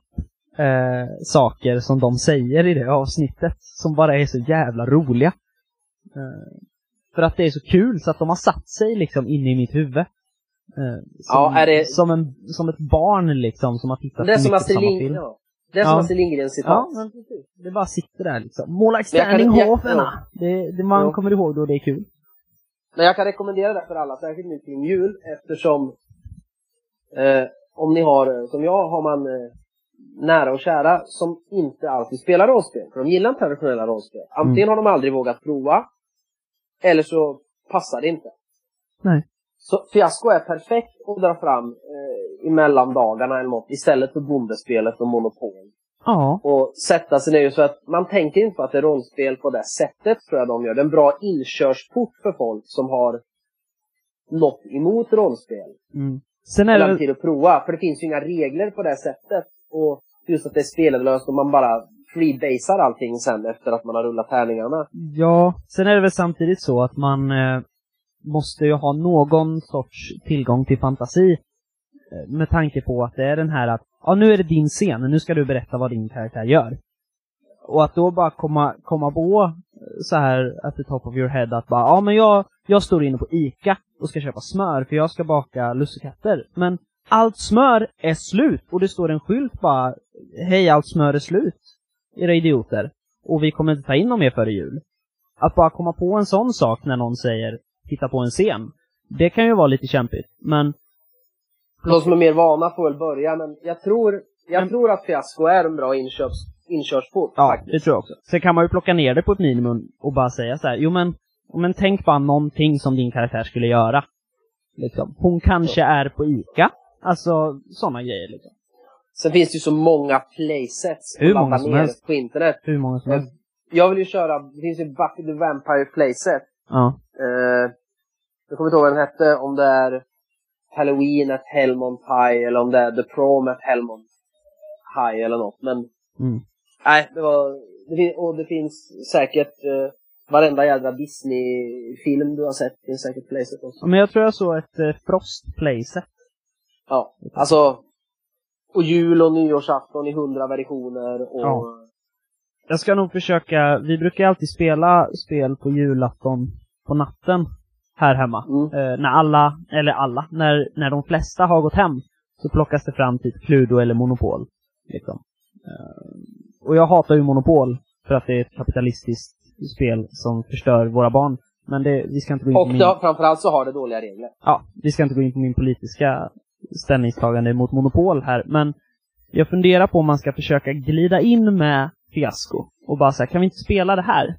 [SPEAKER 1] saker som de säger i det avsnittet som bara är så jävla roliga. För att det är så kul, så att de har satt sig liksom inne i mitt huvud. Som ett barn liksom, som har tittat
[SPEAKER 2] det
[SPEAKER 1] på mycket samma film.
[SPEAKER 2] Det är som Astrid Lindgrens citat.
[SPEAKER 1] Ja, det bara sitter där liksom. Måla externinghoferna. Man kommer ihåg då, det är kul.
[SPEAKER 2] Men jag kan rekommendera det för alla, särskilt nu kring jul, eftersom om ni har, som jag, har man nära och kära som inte alltid spelar rollspel. För de gillar inte traditionella rollspel. Antingen har de aldrig vågat prova, eller så passar det inte.
[SPEAKER 1] Nej.
[SPEAKER 2] Så fiasko är perfekt att dra fram i mellandagarna eller något, istället för bondespelet och Monopol.
[SPEAKER 1] Ja.
[SPEAKER 2] Och sätta sig ner, så att man tänker inte på att det är rollspel på det sättet, tror jag de gör. Det är en bra inkörsport för folk som har något emot rollspel.
[SPEAKER 1] Sen är det
[SPEAKER 2] tid att prova, för det finns ju inga regler på det sättet. Och just att det är spelelöst och man bara freebasar allting sen efter att man har rullat tärningarna.
[SPEAKER 1] Ja, sen är det väl samtidigt så att man måste ju ha någon sorts tillgång till fantasi, med tanke på att det är den här att nu är det din scen, nu ska du berätta vad din karaktär gör. Och att då bara komma på så här at the top of your head att bara, men jag står inne på Ica och ska köpa smör för jag ska baka lussekatter, men allt smör är slut och det står en skylt bara, hej, allt smör är slut, era idioter, och vi kommer inte ta in någon mer före jul. Att bara komma på en sån sak när någon säger titta på en scen, det kan ju vara lite kämpigt, men
[SPEAKER 2] de som är mer vana får väl börja, men jag tror att fiasko är en bra inkörsport.
[SPEAKER 1] Ja,
[SPEAKER 2] faktiskt.
[SPEAKER 1] Det tror jag också. Sen kan man ju plocka ner det på ett minimum och bara säga så här, men tänk bara någonting som din karaktär skulle göra. Liksom. Hon kanske är på ICA. Alltså, sådana grejer liksom.
[SPEAKER 2] Sen finns det ju så många playsets
[SPEAKER 1] Hur många som helst
[SPEAKER 2] på internet.
[SPEAKER 1] Hur många som helst.
[SPEAKER 2] Jag vill ju köra, det finns ju Buffy the Vampire playset.
[SPEAKER 1] Ja.
[SPEAKER 2] Jag kommer inte ihåg vad den hette, om det är Halloween at Helmont High eller om det är The Prom at Helmont High eller något. Men nej, det finns säkert varenda jävla Disney-film du har sett. Det finns säkert playset också.
[SPEAKER 1] Men jag tror jag såg ett Frost playset.
[SPEAKER 2] Ja, alltså och jul och nyårsafton i 100 versioner och...
[SPEAKER 1] Ja. Jag ska nog försöka, vi brukar alltid spela spel på julafton på natten här hemma. När de flesta har gått hem så plockas det fram typ Cluedo eller Monopol. Liksom. Och jag hatar ju Monopol för att det är ett kapitalistiskt spel som förstör våra barn. Men vi ska inte gå in på
[SPEAKER 2] framförallt så har det dåliga regler.
[SPEAKER 1] Ja, vi ska inte gå in på min politiska ställningstagande mot Monopol här. Men jag funderar på om man ska försöka glida in med Fiasko. Och bara säga, kan vi inte spela det här?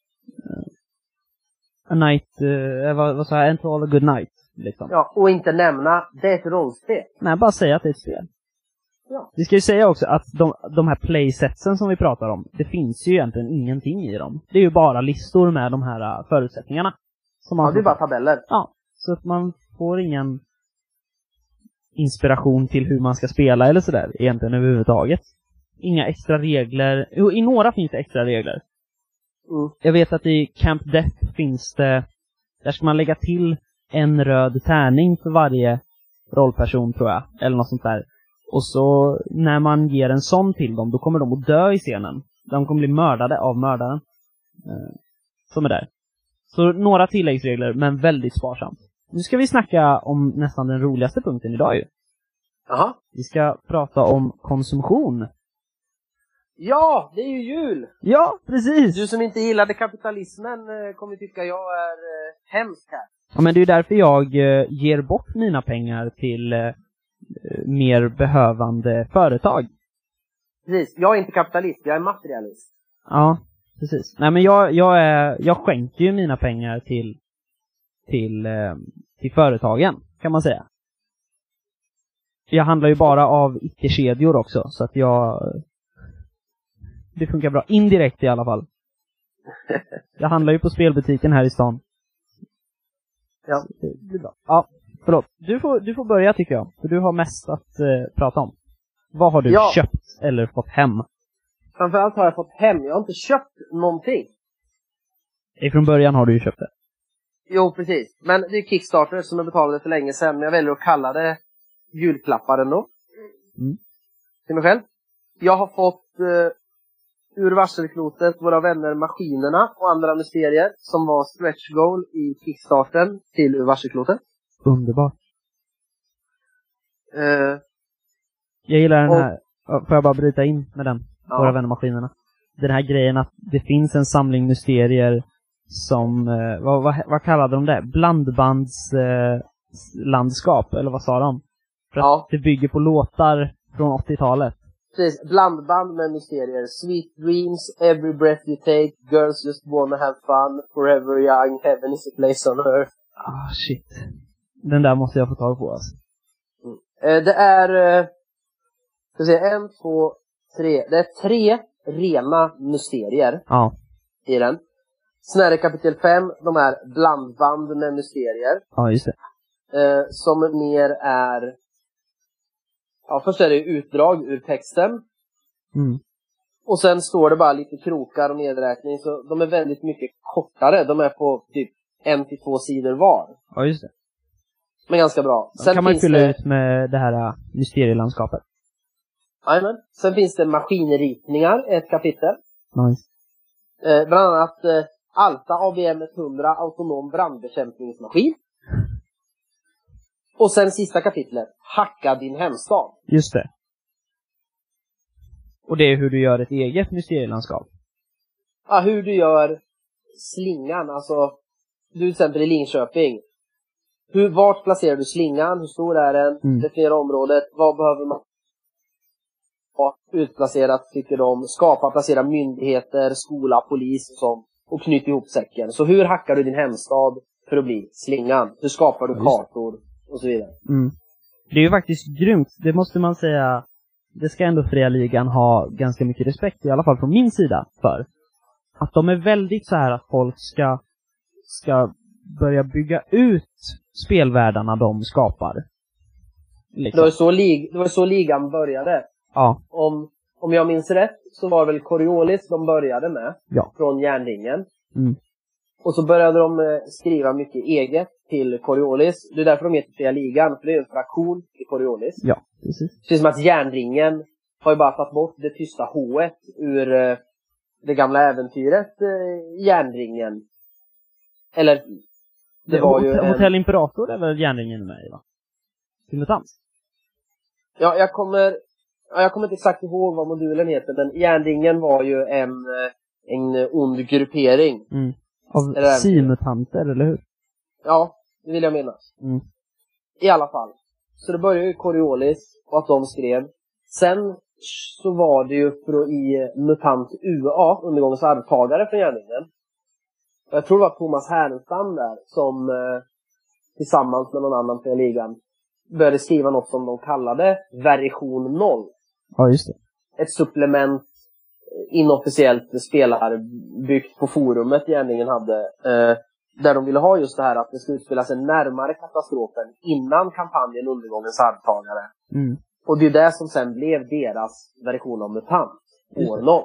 [SPEAKER 1] A night, vad sa jag? And to all a good night. Liksom.
[SPEAKER 2] Ja, och inte nämna, det är ett rollspel.
[SPEAKER 1] Nej, bara säga att det är ett spel.
[SPEAKER 2] Ja.
[SPEAKER 1] Vi ska ju säga också att de här playsetsen som vi pratar om, det finns ju egentligen ingenting i dem. Det är ju bara listor med de här förutsättningarna. Som
[SPEAKER 2] det är bara tabeller.
[SPEAKER 1] Ja, så att man får ingen inspiration till hur man ska spela eller sådär egentligen överhuvudtaget. Inga extra regler. Jo, i några finns det extra regler. Jag vet att i Camp Death finns det, där ska man lägga till en röd tärning för varje rollperson, tror jag. Eller något sånt där. Och så när man ger en sån till dem, då kommer de att dö i scenen. De kommer bli mördade av mördaren. Som är där. Så några tilläggsregler, men väldigt sparsamt. Nu ska vi snacka om nästan den roligaste punkten idag ju.
[SPEAKER 2] Aha.
[SPEAKER 1] Vi ska prata om konsumtion.
[SPEAKER 2] Ja, det är ju jul!
[SPEAKER 1] Ja, precis!
[SPEAKER 2] Du som inte gillade kapitalismen kommer tycka jag är hemsk här.
[SPEAKER 1] Ja, men det är ju därför jag ger bort mina pengar till mer behövande företag.
[SPEAKER 2] Precis, jag är inte kapitalist, jag är materialist.
[SPEAKER 1] Ja, precis. Nej, men jag skänker ju mina pengar till företagen, kan man säga. Jag handlar ju bara av icke-kedjor också, så att det funkar bra. Indirekt i alla fall. Jag handlar ju på spelbutiken här i stan.
[SPEAKER 2] Ja.
[SPEAKER 1] Det blir bra. Ja, förlåt. Du får börja tycker jag. För du har mest att prata om. Vad har du köpt eller fått hem?
[SPEAKER 2] Framförallt har jag fått hem. Jag har inte köpt någonting.
[SPEAKER 1] Från början har du ju köpt det.
[SPEAKER 2] Jo, precis. Men det är Kickstarter som jag betalade för länge sedan. Men jag väljer att kalla det julklappar ändå. Till mig själv. Jag har fått ur varselklotet våra vänner Maskinerna och andra mysterier som var stretch goal i Kickstarten till ur varselklotet.
[SPEAKER 1] Underbart. Jag gillar den här. Får jag bara bryta in med den? Ja. Våra vänner Maskinerna. Den här grejen att det finns en samling mysterier som, vad kallade de det? Blandbandslandskap, eller vad sa de? För att det bygger på låtar från 80-talet.
[SPEAKER 2] Precis, blandband med mysterier. Sweet dreams, every breath you take, girls just wanna have fun, forever young, heaven is a place on earth.
[SPEAKER 1] Shit. Den där måste jag få tag på alltså.
[SPEAKER 2] Det är, ska vi se, 1, 2, 3. Det är 3 rena mysterier i den. Sen är det kapitel 5, de är blandband med mysterier.
[SPEAKER 1] Ja, just det.
[SPEAKER 2] Som mer är... Ja, först är det utdrag ur texten. Och sen står det bara lite krokar och nedräkning. Så de är väldigt mycket kortare. De är på typ 1-2 sidor var.
[SPEAKER 1] Ja, just det.
[SPEAKER 2] Men ganska bra. Sen
[SPEAKER 1] kan man fylla ut med det här mysterielandskapet.
[SPEAKER 2] Jajamän. Sen finns det maskinritningar, ett kapitel.
[SPEAKER 1] Nice.
[SPEAKER 2] Bland annat Alta ABM 100 autonom brandbekämpningsmaskin. Och sen sista kapitlet, hacka din hemstad.
[SPEAKER 1] Just det. Och det är hur du gör ett eget mysterielandskap.
[SPEAKER 2] Ja, hur du gör slingan. Alltså, du till exempel i Linköping. Vart placerar du slingan? Hur stor är den? Definiera området. Vad behöver man ha utplacerat, tycker de. Skapa, placera myndigheter, skola, polis och sånt. Och knyta ihop säcken. Så hur hackar du din hemstad för att bli slingan? Hur skapar du kartor? och så vidare.
[SPEAKER 1] Mm. Det är ju faktiskt grymt, det måste man säga. Det ska ändå fria ligan ha ganska mycket respekt, i alla fall från min sida, för att de är väldigt så här att folk ska börja bygga ut spelvärldarna de skapar. Liksom.
[SPEAKER 2] Det var så ligan började.
[SPEAKER 1] Ja.
[SPEAKER 2] Om jag minns rätt så var det väl Coriolis de började med.
[SPEAKER 1] Ja.
[SPEAKER 2] Från Järnringen.
[SPEAKER 1] Mm.
[SPEAKER 2] Och så började de skriva mycket eget till Coriolis. Det är därför de heter Fria ligan, för det är en fraktion i Coriolis.
[SPEAKER 1] Ja, precis.
[SPEAKER 2] Det är som att Järnringen har ju bara tagit bort det tysta H-et ur det gamla äventyret Järnringen. Eller det var ju
[SPEAKER 1] Hotell Imperator är väl Järnringen med i, va? Simultans.
[SPEAKER 2] Ja, jag kommer inte exakt ihåg vad modulen heter, men Järnringen var ju en ond gruppering.
[SPEAKER 1] Mm. Av simutanter, eller hur?
[SPEAKER 2] Ja, det vill jag minnas.
[SPEAKER 1] Mm.
[SPEAKER 2] I alla fall. Så det började ju Coriolis och att de skrev. Sen så var det ju i Mutant UA, undergångens arvtagare från Järnringen. Och jag tror det var Thomas Härenstam där som tillsammans med någon annan från ligan började skriva något som de kallade version 0.
[SPEAKER 1] Ja, just det.
[SPEAKER 2] Ett supplement inofficiellt spelarbyggt på forumet Järnringen hade. Där de ville ha just det här att det skulle utspela sig närmare katastrofen innan kampanjen undergångens arvtagare.
[SPEAKER 1] Mm.
[SPEAKER 2] Och det är det som sen blev deras version av Mutant. År 0.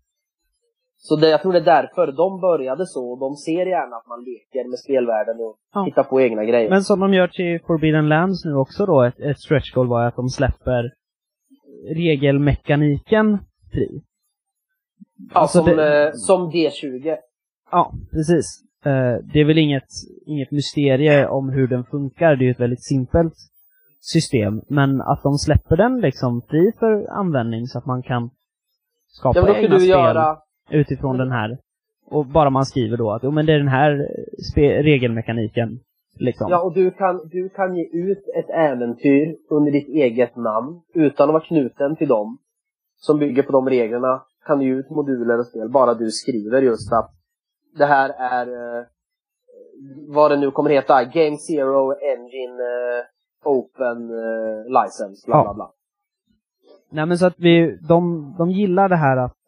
[SPEAKER 2] Så jag tror det är därför de började så. Och de ser gärna att man leker med spelvärlden och hittar på egna grejer.
[SPEAKER 1] Men som de gör till Forbidden Lands nu också då, ett stretch goal var att de släpper regelmekaniken fri.
[SPEAKER 2] Ja, alltså som D20.
[SPEAKER 1] Ja, precis. Det är väl inget mysterie om hur den funkar. Det är ju ett väldigt simpelt system. Men att de släpper den liksom fri för användning så att man kan skapa egna spel utifrån den här. Och bara man skriver då att men det är den här regelmekaniken. Liksom.
[SPEAKER 2] Ja, och du kan ge ut ett äventyr under ditt eget namn utan att vara knuten till dem som bygger på de reglerna. Kan du ge ut moduler och spel bara du skriver just att det här är vad det nu kommer heta, Game Zero Engine Open License, bla bla bla.
[SPEAKER 1] Nej, men så att de gillar det här att,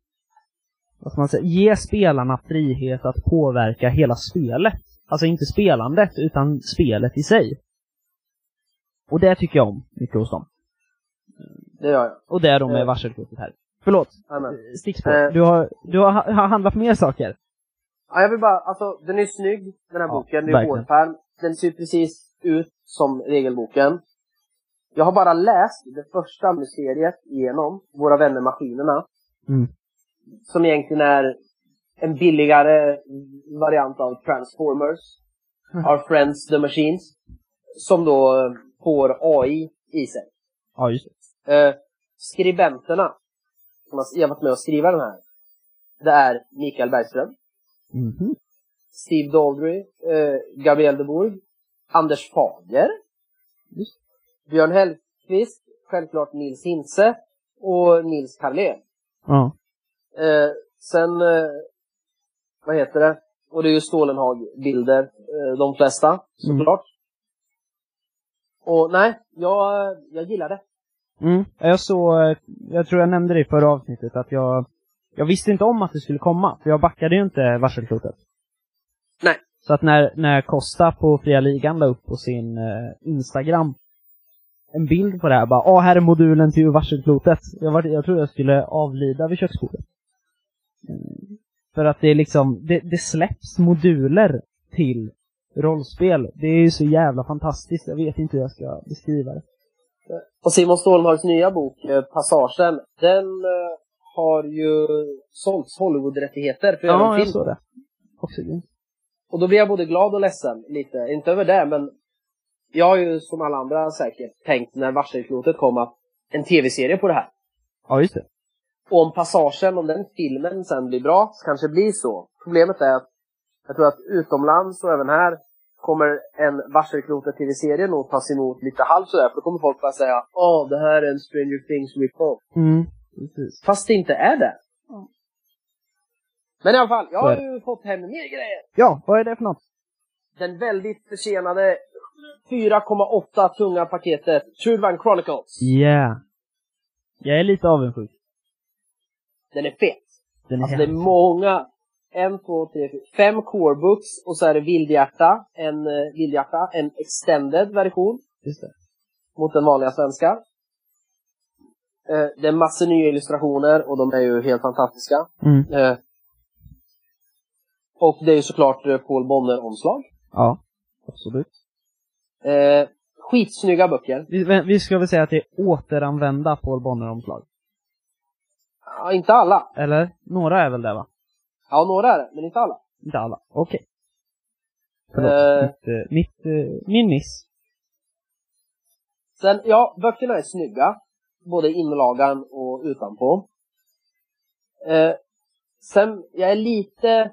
[SPEAKER 1] vad ska man säga, ge spelarna frihet att påverka hela spelet. Alltså inte spelandet, utan spelet i sig. Och det tycker jag om mycket hos dem.
[SPEAKER 2] Det gör jag.
[SPEAKER 1] Och det är de med varselkortet här. Förlåt, stickspår. Du har handlat mer saker.
[SPEAKER 2] Ja, jag vill bara, alltså den är snygg, den här boken. Det är hårdfärg. Den ser precis ut som regelboken. Jag har bara läst det första mysteriet igenom, Våra vänner maskinerna.
[SPEAKER 1] Mm.
[SPEAKER 2] Som egentligen är en billigare variant av Transformers. Our Friends the Machines. Som då får AI i sig.
[SPEAKER 1] Ja, just det.
[SPEAKER 2] Skribenterna som har varit med och skriva den här, det är Mikael Bergström.
[SPEAKER 1] Mm-hmm.
[SPEAKER 2] Steve Daldry, Gabriel de Bourg, Anders Fager, Björn Hellqvist, självklart Nils Hintze och Nils Karlén.
[SPEAKER 1] Ja.
[SPEAKER 2] Sen vad heter det? Och det är ju Stålenhag-bilder, de flesta, såklart. Och nej, jag gillar det.
[SPEAKER 1] Mm. Jag tror jag nämnde det i förra avsnittet att jag visste inte om att det skulle komma, för jag backade ju inte varselklotet.
[SPEAKER 2] Nej.
[SPEAKER 1] Så att när Costa på Fria ligan la upp på sin Instagram en bild på det här, bara här är modulen till varselklotet. Jag tror jag skulle avlida vid köksbordet. För att det är liksom det släpps moduler till rollspel. Det är ju så jävla fantastiskt. Jag vet inte hur jag ska beskriva det.
[SPEAKER 2] Och Simon Stålenhags nya bok, Passagen, den har ju sålts Hollywood-rättigheter för att göra en film.
[SPEAKER 1] Ja, jag såg det. Också det.
[SPEAKER 2] Och då blir jag både glad och ledsen lite. Inte över det, men jag har ju som alla andra säkert tänkt när varselklotet kom att en tv-serie på det här.
[SPEAKER 1] Ja, just det.
[SPEAKER 2] Och om Passagen, om den filmen sen blir bra, så kanske det blir så. Problemet är att jag tror att utomlands och även här kommer en varselklotet tv-serie nog tas emot lite halvt sådär. För då kommer folk bara säga, det här är en Stranger Things rip-off.
[SPEAKER 1] Precis.
[SPEAKER 2] Fast det inte är det. Men i alla fall, jag har ju fått hem mer grejer.
[SPEAKER 1] Ja, vad är det för något?
[SPEAKER 2] den väldigt försenade 4,8 tunga paketet Trudvang Chronicles.
[SPEAKER 1] Yeah. Jag är lite avundsjuk.
[SPEAKER 2] Den är fet.
[SPEAKER 1] Den är
[SPEAKER 2] Alltså det är många, 1, 2, 3, 4, 5 core books och så är det Vildhjärta, en extended version.
[SPEAKER 1] Just det.
[SPEAKER 2] Mot den vanliga svenska. Det är massor nya illustrationer och de är ju helt fantastiska. Och det är ju såklart Paul Bonner-omslag.
[SPEAKER 1] Ja, absolut.
[SPEAKER 2] Skitsnygga böcker.
[SPEAKER 1] Vi ska väl säga att det är återanvända Paul Bonner-omslag.
[SPEAKER 2] Ja, inte alla.
[SPEAKER 1] Eller? Några är väl det, va?
[SPEAKER 2] Ja, några är det, men inte alla.
[SPEAKER 1] Inte alla, okej. Förlåt, min miss.
[SPEAKER 2] Sen, ja, böckerna är snygga. Både inlagan och utanpå. Sen, jag är lite...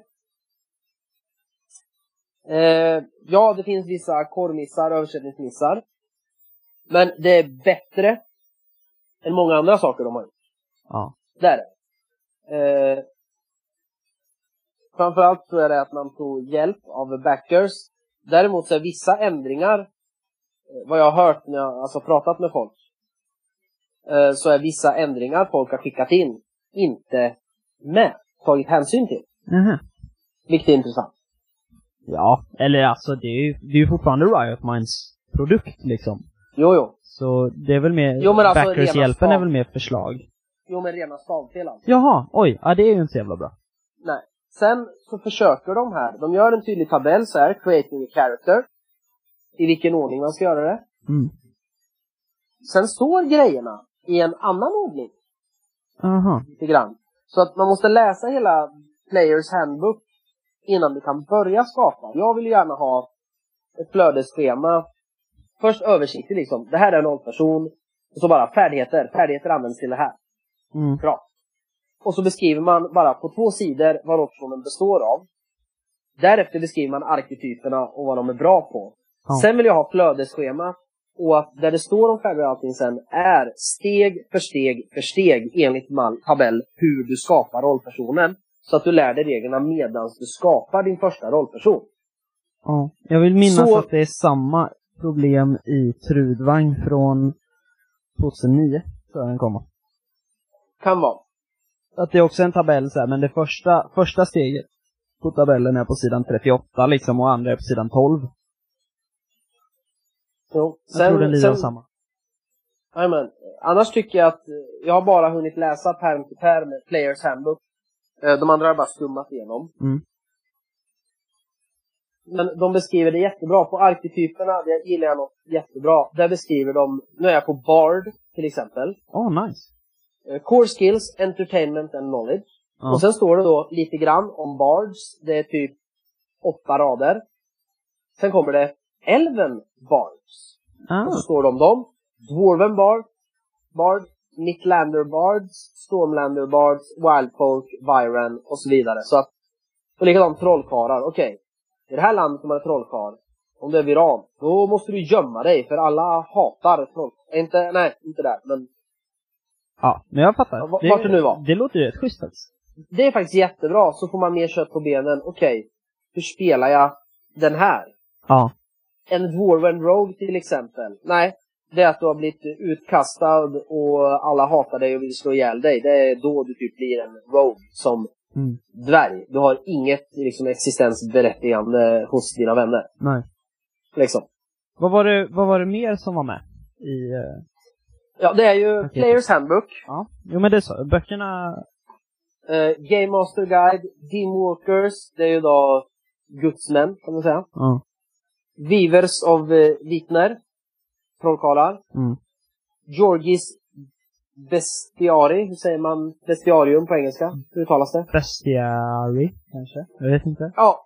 [SPEAKER 2] ja, det finns vissa korrmissar, översättningsmissar. Men det är bättre än många andra saker de har gjort.
[SPEAKER 1] Ja.
[SPEAKER 2] Det är det. Framförallt tror jag det att man tog hjälp av backers. Däremot så är vissa ändringar, vad jag har hört när jag alltså pratat med folk, så är vissa ändringar folk har skickat in inte med, tagit hänsyn till. Vilket är intressant.
[SPEAKER 1] Ja, eller alltså det är ju fortfarande Riot Minds produkt liksom.
[SPEAKER 2] Jo.
[SPEAKER 1] Så det är väl mer,
[SPEAKER 2] jo, men alltså,
[SPEAKER 1] backers-hjälpen är väl mer förslag.
[SPEAKER 2] Jo, men rena stavfel alltså.
[SPEAKER 1] Jaha, oj, ja det är ju inte så jävla bra.
[SPEAKER 2] Nej. Sen så försöker de här, de gör en tydlig tabell så här, creating a character. I vilken ordning man ska göra det. Sen står grejerna i en annan ordning. Lite grann. Så att man måste läsa hela Players Handbook innan du kan börja skapa. Jag vill gärna ha ett flödesschema. Först översikt liksom. Det här är en nollperson. Och så bara färdigheter. Färdigheter används till det här. Bra. Och så beskriver man bara på 2 sidor vad rollpersonen består av. Därefter beskriver man arketyperna och vad de är bra på. Sen vill jag ha flödesschema. Och att där det står om färdigheter och allting sen är steg för steg enligt tabell hur du skapar rollpersonen. Så att du lär dig reglerna medan du skapar din första rollperson.
[SPEAKER 1] Ja, jag vill minnas att det är samma problem i Trudvang från 2009. Tror jag den kommer.
[SPEAKER 2] Kan vara.
[SPEAKER 1] Att det är också en tabell så här, men det första steget på tabellen är på sidan 38 liksom och andra är på sidan 12.
[SPEAKER 2] Jo,
[SPEAKER 1] jag tror den lider av samma.
[SPEAKER 2] Amen. Annars tycker jag att jag har bara hunnit läsa pärm till pärm med Players Handbook. De andra har bara skummat igenom. Men de beskriver det jättebra. På arketyperna, det gillar jag något jättebra. Där beskriver de, nu är jag på Bard till exempel.
[SPEAKER 1] Nice.
[SPEAKER 2] Core skills, entertainment and knowledge. Och sen står det då lite grann om Bards. Det är typ 8 rader. Sen kommer det Elven Bards. Och så står det om dem. Dwarven Bard, Midlander Bards, Stormlander Bards, Wildfolk, Viren och så vidare. Så att, och likadant trollkarlar. Okej. I det här landet som är trollkarl, om det är viran, då måste du gömma dig för alla hatar trollkarl. Nej, inte där, men...
[SPEAKER 1] Ja, men jag fattar.
[SPEAKER 2] Vart det nu var.
[SPEAKER 1] Det låter ju rätt schysst faktiskt.
[SPEAKER 2] Det är faktiskt jättebra, så får man mer kött på benen. Okej, hur spelar jag den här?
[SPEAKER 1] Ja.
[SPEAKER 2] En Dwarven Rogue till exempel. Nej, det är att du har blivit utkastad och alla hatar dig och vill slå ihjäl dig. Det är då du typ blir en Rogue som dvärg. Du har inget liksom existensberättigande hos dina vänner.
[SPEAKER 1] Nej.
[SPEAKER 2] Liksom.
[SPEAKER 1] Vad var det mer som var med i...
[SPEAKER 2] Ja, det är ju Players Handbook.
[SPEAKER 1] Ja, jo men det är så. Böckerna...
[SPEAKER 2] Game Master Guide, Dreamwalkers, det är ju då gudsmän kan man säga. Weavers of Vitner, trollkarlar. Georgis Bestiari, hur säger man bestiarium på engelska? Hur uttalas det?
[SPEAKER 1] Bestiari, kanske? Jag vet inte.
[SPEAKER 2] Ja,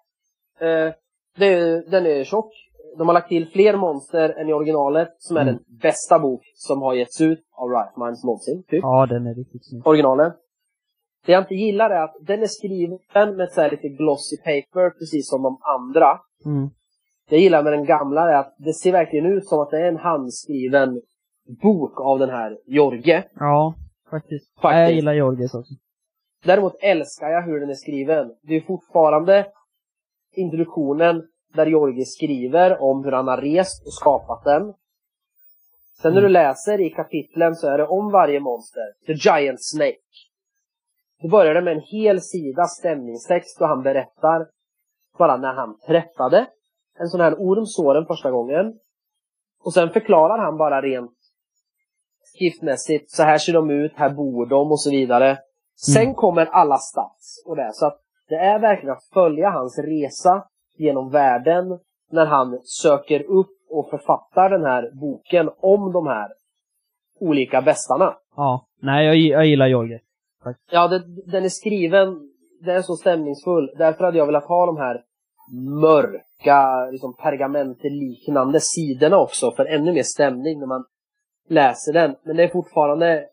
[SPEAKER 2] den är tjock. De har lagt till fler monster än i originalet, som är den bästa bok som har getts ut av Riot Minds någonsin, typ.
[SPEAKER 1] Ja, den är riktigt snygg.
[SPEAKER 2] Originalen. Det jag inte gillar är att den är skriven med så här lite glossy paper, precis som de andra. Det jag gillar med den gamla är att det ser verkligen ut som att det är en handskriven bok av den här Jorge.
[SPEAKER 1] Ja, faktiskt. Jag gillar Jorges också.
[SPEAKER 2] Däremot älskar jag hur den är skriven. Det är fortfarande introduktionen där Jorge skriver om hur han har rest och skapat den. Sen när du läser i kapitlen så är det om varje monster. The Giant Snake. Då börjar det med en hel sida stämningstext och han berättar bara när han träffade en sån här ormsåren första gången. Och sen förklarar han bara rent skriftmässigt. Så här ser de ut, här bor de och så vidare. Sen kommer alla stats och det. Så att det är verkligen att följa hans resa genom världen när han söker upp och författar den här boken om de här olika västarna.
[SPEAKER 1] Ja, nej jag gillar Jorge. Tack.
[SPEAKER 2] Ja, den är skriven, den är så stämningsfull. Därför hade jag velat ha de här mörka, liksom pergamenteliknande sidorna också. För ännu mer stämning när man läser den. Men det är fortfarande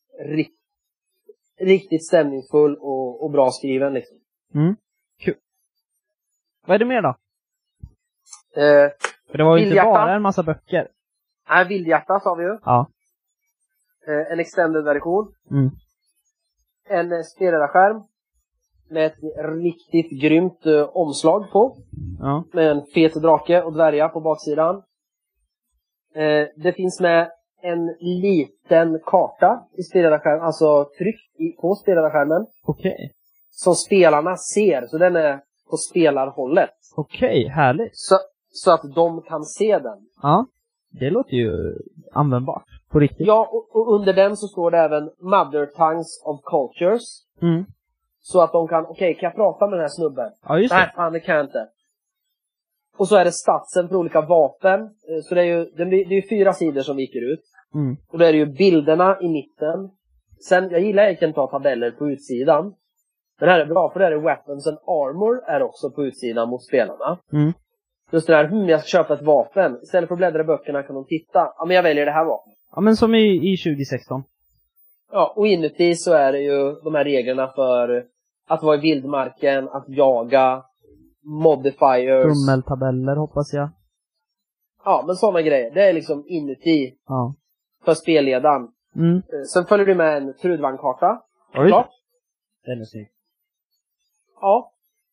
[SPEAKER 2] riktigt stämningsfull och bra skriven liksom.
[SPEAKER 1] Kul. Vad är det mer då? För det var ju inte
[SPEAKER 2] Vildhjärta.
[SPEAKER 1] bara en massa böcker.
[SPEAKER 2] Nej, Vildhjärta sa vi ju.
[SPEAKER 1] Ja.
[SPEAKER 2] En extended version. En spelledarskärm med ett riktigt grymt omslag på.
[SPEAKER 1] Ja.
[SPEAKER 2] Med en fet drake och dvärgar på baksidan. Det finns med en liten karta i spelledarskärmen, alltså tryckt på spelledarskärmen.
[SPEAKER 1] Okej.
[SPEAKER 2] Som spelarna ser, så den är på spelarhållet.
[SPEAKER 1] Okej, härligt.
[SPEAKER 2] Så att de kan se den.
[SPEAKER 1] Ja, det låter ju användbart. På riktigt.
[SPEAKER 2] Ja, och under den så står det även Mother Tongues of Cultures. Så att de kan, okej, kan jag prata med den här snubben?
[SPEAKER 1] Ja, just det.
[SPEAKER 2] Nej, fan, det kan jag inte. Och så är det statsen för olika vapen. Så det är ju 4 sidor som viker ut. Och då är det ju bilderna i mitten. Sen, jag gillar egentligen att ha tabeller på utsidan. Men här är bra, för det är Weapons and Armor är också på utsidan mot spelarna. Just det här, jag ska köpa ett vapen. Istället för att bläddra i böckerna kan de titta. Ja, men jag väljer det här vapnet.
[SPEAKER 1] Ja, men som i 2016.
[SPEAKER 2] Ja, och inuti så är det ju de här reglerna för att vara i vildmarken, att jaga, modifiers.
[SPEAKER 1] Tummeltabeller hoppas jag.
[SPEAKER 2] Ja, men sådana grejer. Det är liksom inuti för spelledaren. Sen följer du med en Trudvang-karta.
[SPEAKER 1] Ja, den är snygg.
[SPEAKER 2] Ja.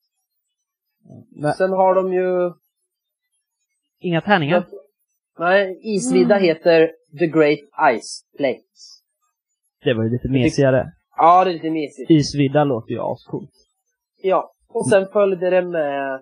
[SPEAKER 2] Sen har de ju...
[SPEAKER 1] Inga tärningar?
[SPEAKER 2] Nej, isvidda heter The Great Ice Plains.
[SPEAKER 1] Det var ju lite mesigare.
[SPEAKER 2] Ja, det är lite mesigt.
[SPEAKER 1] Isvidda låter ju ascoolt.
[SPEAKER 2] Ja, och sen följde det med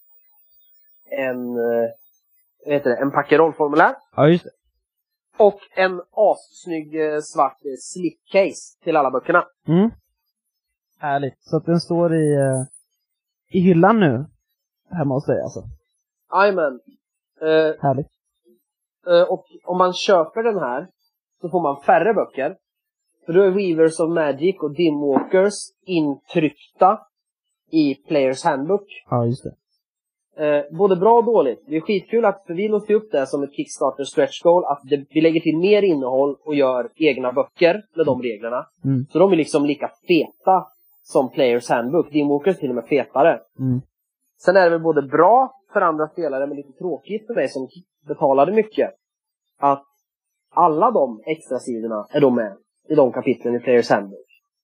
[SPEAKER 2] en packerollformulär.
[SPEAKER 1] Ja, just det.
[SPEAKER 2] Och en assnygg svart slipcase till alla böckerna.
[SPEAKER 1] Härligt. Så att den står i hyllan nu. Hemma hos dig alltså.
[SPEAKER 2] Jajamän.
[SPEAKER 1] Härligt.
[SPEAKER 2] Och om man köper den här så får man färre böcker. För då är Weavers of Magic och Dimwalkers intryckta i Players Handbook.
[SPEAKER 1] Ja, just det.
[SPEAKER 2] Både bra och dåligt. Det är skitkul att, för vi låste upp det som ett Kickstarter stretch goal, att vi lägger till mer innehåll och gör egna böcker med de reglerna. Så de är liksom lika feta som Players Handbook. Dimwalkers till och med fetare. Sen är det väl både bra för andra spelare, men lite tråkigt för mig som betalade mycket, att alla de extra sidorna är de med i de kapitlen i Players Handbook.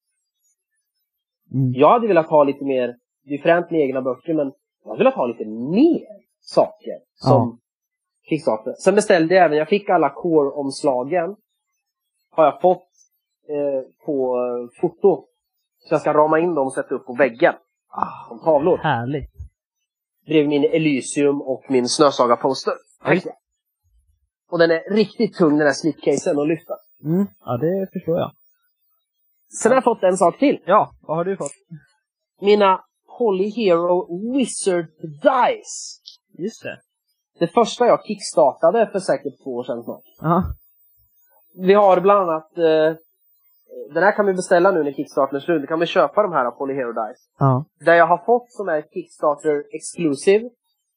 [SPEAKER 2] Jag hade velat ha lite mer different med egna böcker, men jag hade velat ha lite mer saker som Kickstarter. Sen beställde jag även, jag fick alla core-omslagen har jag fått på foto. Så jag ska rama in dem och sätta upp på väggen som tavlor.
[SPEAKER 1] Härligt.
[SPEAKER 2] Bredvid min Elysium och min Snösaga-poster. Och den är riktigt tung, den här slipcasen, att lyfta.
[SPEAKER 1] Ja, det förstår jag.
[SPEAKER 2] Sen har jag fått en sak till.
[SPEAKER 1] Ja, vad har du fått?
[SPEAKER 2] Mina Polyhero Wizard Dice.
[SPEAKER 1] Just det.
[SPEAKER 2] Det första jag kickstartade för säkert 2 år sedan snart.
[SPEAKER 1] Aha.
[SPEAKER 2] Vi har bland annat den här kan vi beställa nu när Kickstarter är slut. Du kan vi köpa de här Polyhero Dice.
[SPEAKER 1] Ja.
[SPEAKER 2] Det jag har fått som är Kickstarter Exclusive,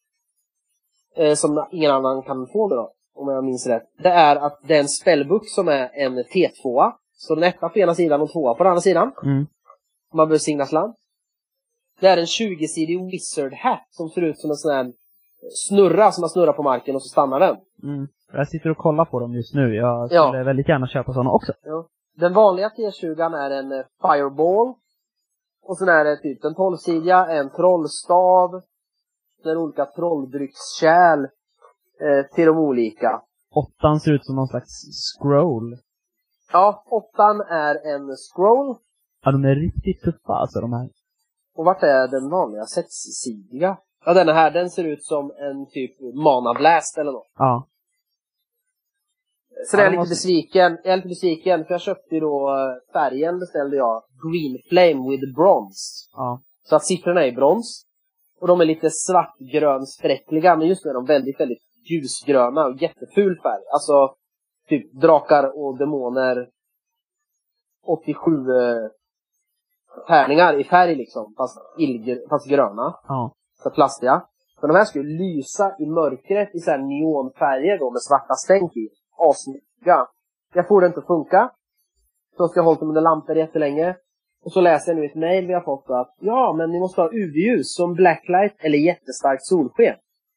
[SPEAKER 2] som ingen annan kan få då, om jag minns rätt. Det är att det är en spellbook som är en T2. Så den etta på ena sidan och 2 på den andra sidan. Man behöver signasland. Det är en 20-sidig Wizard Hat som ser ut som en sån här snurra som man snurrar på marken och så stannar den.
[SPEAKER 1] Jag sitter och kollar på dem just nu. Jag skulle väldigt gärna köpa såna också.
[SPEAKER 2] Ja. Den vanliga T20 är en Fireball. Och sen är det typ en 12-sidiga, en trollstav, botten, olika trolldryckskärl till de olika.
[SPEAKER 1] 8 ser ut som någon slags scroll.
[SPEAKER 2] Ja, 8 är en scroll.
[SPEAKER 1] Ja, de är riktigt tuffa alltså, de här.
[SPEAKER 2] Och vart är den vanliga 6-sidiga? Ja, den här, den ser ut som en typ mana blast eller något.
[SPEAKER 1] Ja.
[SPEAKER 2] Så det är jag lite besviken. Jag är lite besviken, för jag köpte ju då färgen, beställde jag Green Flame with Bronze.
[SPEAKER 1] Ja.
[SPEAKER 2] Så att siffrorna är i brons. Och de är lite svartgrön spräckliga, men just nu är de väldigt, väldigt ljusgröna och jätteful färg. Alltså, typ drakar och demoner. 87 tärningar i färg liksom, fast gröna.
[SPEAKER 1] Ja.
[SPEAKER 2] Så plastiga. Men de här skulle lysa i mörkret i så här neonfärger då med svarta stänk i. Asnygga. Jag får det inte att funka. Så ska jag hålla dem under lampor jättelänge. Och så läser jag nu ett mail vi har fått att ja, men ni måste ha UV-ljus som blacklight eller jättestarkt solsken.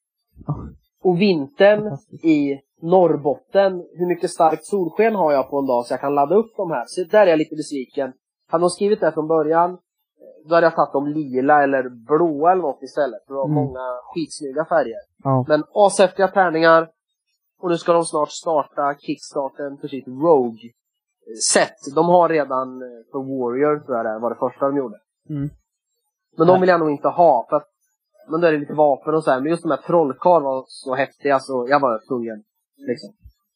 [SPEAKER 2] Och vintern i Norrbotten, hur mycket starkt solsken har jag på en dag så jag kan ladda upp de här. Så där är jag lite besviken. Hade de skrivit det från början, då hade jag tagit dem lila eller blåa eller något istället. För det var många skitsnygga färger.
[SPEAKER 1] Ja.
[SPEAKER 2] Men ashäftiga tärningar. Och nu ska de snart starta kickstarten för sitt Rogue-set. De har redan för Warrior, tror jag det var det första de gjorde. Men de vill jag nog inte ha. För att, men då är det lite vapen och så här. Men just de här trollkarl var så häftiga så jag var tvungen. Liksom.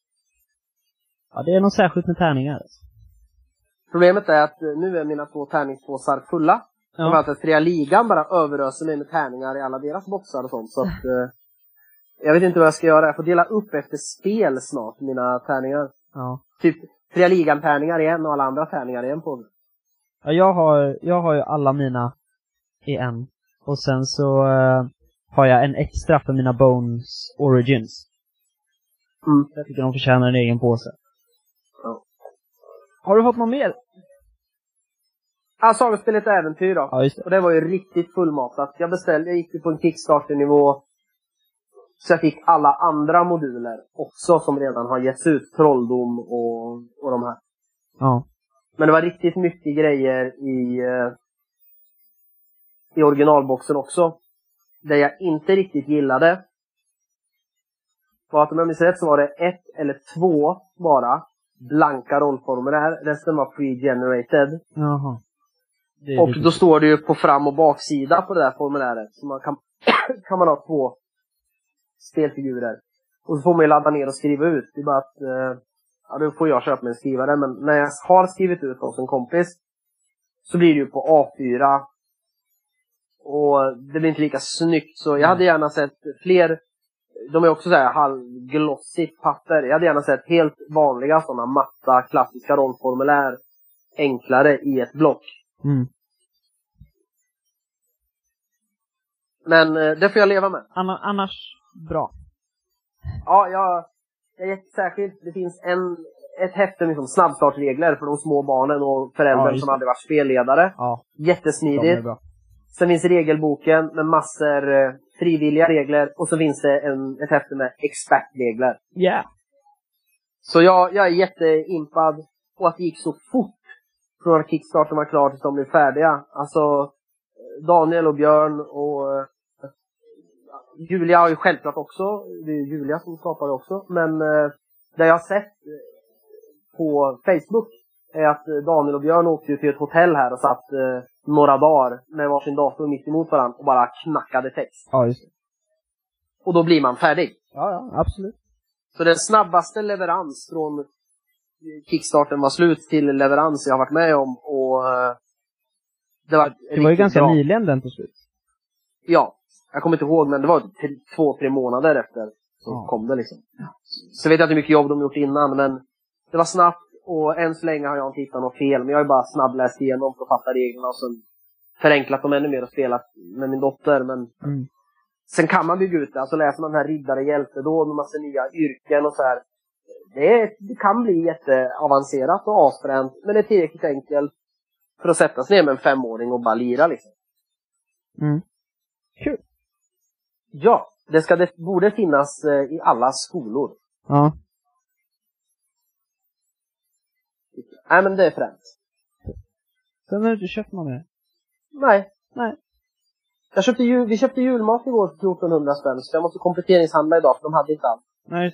[SPEAKER 1] Ja, det är något särskilt med tärningar. Alltså.
[SPEAKER 2] Problemet är att nu är mina 2 tärningspåsar fulla. Ja. De har att fria ligan bara överöser mig med tärningar i alla deras boxar och sånt. Så att, jag vet inte vad jag ska göra. Jag får dela upp efter spel snart, mina tärningar.
[SPEAKER 1] Ja.
[SPEAKER 2] Typ fria ligan-tärningar igen och alla andra tärningar igen på mig.
[SPEAKER 1] Ja, jag har ju alla mina i en. Och sen så har jag en extra för mina Bones Origins. Jag tycker de förtjänar en egen påse.
[SPEAKER 2] Ja.
[SPEAKER 1] Har du fått något mer?
[SPEAKER 2] Ja, sagospelet Äventyr då.
[SPEAKER 1] Ja, just det.
[SPEAKER 2] Och det var ju riktigt fullmatat. Jag gick på en Kickstarter-nivå. Så jag fick alla andra moduler också som redan har getts ut. Trolldom och de här.
[SPEAKER 1] Ja. Men
[SPEAKER 2] det var riktigt mycket grejer i originalboxen också. Det jag inte riktigt gillade var att om jag minns rätt så var det 1 eller 2 bara blanka rollformulär. Resten var pre-generated.
[SPEAKER 1] Jaha.
[SPEAKER 2] Och då står det ju på fram- och baksida på det där formuläret. Så man kan man ha 2 spelfigurer. Och så får man ju ladda ner och skriva ut. Det är bara att ja, då får jag köpa mig en skrivare. Men när jag har skrivit ut hos en kompis så blir det ju på A4. Och det blir inte lika snyggt. Så jag hade gärna sett fler. De är också så här halvglossigt papper. Jag hade gärna sett helt vanliga sådana matta klassiska rollformulär. Enklare i ett block. Men det får jag leva med.
[SPEAKER 1] Annars bra.
[SPEAKER 2] Ja, jag är särskilt. Det finns ett häfte med liksom snabbstartregler för de små barnen och föräldrar som aldrig varit spelledare.
[SPEAKER 1] Ja.
[SPEAKER 2] Jättesmidigt. Sen finns regelboken med massor frivilliga regler. Och så finns det ett häfte med expertregler.
[SPEAKER 1] Yeah.
[SPEAKER 2] Så jag är jätteimpad. Och att det gick så fort från att Kickstarter var klar tills de blev färdiga. Alltså Daniel och Björn och Julia har ju självklart också. Det är Julia som skapar det också. Men det jag har sett på Facebook är att Daniel och Björn åkte till ett hotell här och satt några dagar med varsin dator mitt emot varandra och bara knackade text.
[SPEAKER 1] Ja, just det.
[SPEAKER 2] Och då blir man färdig.
[SPEAKER 1] Ja, absolut.
[SPEAKER 2] Så den snabbaste leverans från Kickstarten var slut till leverans jag har varit med om. Och det var
[SPEAKER 1] ju ganska bra. Nyligen den på slut.
[SPEAKER 2] Ja, jag kommer inte ihåg, men det var 2-3 månader efter så kom det liksom. Så vet jag inte hur mycket jobb de gjort innan, men det var snabbt. Och än så länge har jag inte hittat något fel. Men jag har ju bara snabbläst igenom för att fatta reglerna och sen förenklat dem ännu mer och spelat med min dotter. Men sen kan man bygga ut det. Alltså läser man den här riddare hjälte då med massa nya yrken och så här. Det kan bli jätteavancerat och asfränt. Men det är tillräckligt enkelt för att sätta sig ner med en 5-åring och bara lira liksom.
[SPEAKER 1] Kul.
[SPEAKER 2] Ja, det borde finnas i alla skolor.
[SPEAKER 1] Ja.
[SPEAKER 2] Nej, men det är fränt.
[SPEAKER 1] Sen har du inte köpt någon mer?
[SPEAKER 2] Nej. Vi köpte julmat igår för 1400 spänn, så jag måste kompletteringshandla idag för de hade inte allt.
[SPEAKER 1] Nej.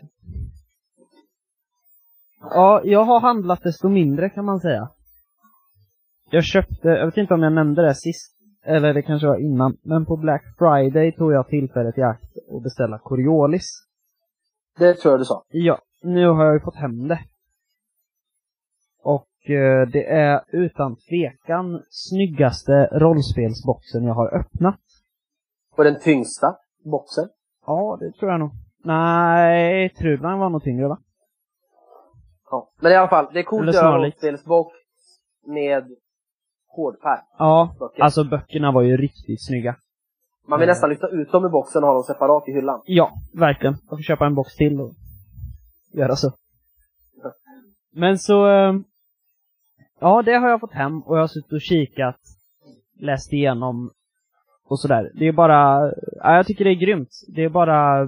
[SPEAKER 1] Ja, jag har handlat desto mindre kan man säga. Jag vet inte om jag nämnde det sist, eller det kanske var innan, men på Black Friday tog jag tillfället i akt och beställa Coriolis.
[SPEAKER 2] Det tror jag du sa.
[SPEAKER 1] Ja, nu har jag ju fått hem det. Och det är utan tvekan snyggaste rollspelsboxen jag har öppnat.
[SPEAKER 2] Och den tyngsta boxen?
[SPEAKER 1] Ja, det tror jag nog. Nej, Trudvagn var nog tyngre, va?
[SPEAKER 2] Ja, men i alla fall, det är coolt att göra rollspelsbox med hårdfärg.
[SPEAKER 1] Ja, böcker. Alltså böckerna var ju riktigt snygga.
[SPEAKER 2] Man vill nästan lyfta ut dem i boxen och ha dem separat i hyllan.
[SPEAKER 1] Ja, verkligen. Jag får köpa en box till och göra så. Men så... Ja, det har jag fått hem och jag har suttit och kikat, läst igenom och sådär. Det är bara... Ja, jag tycker det är grymt. Det är bara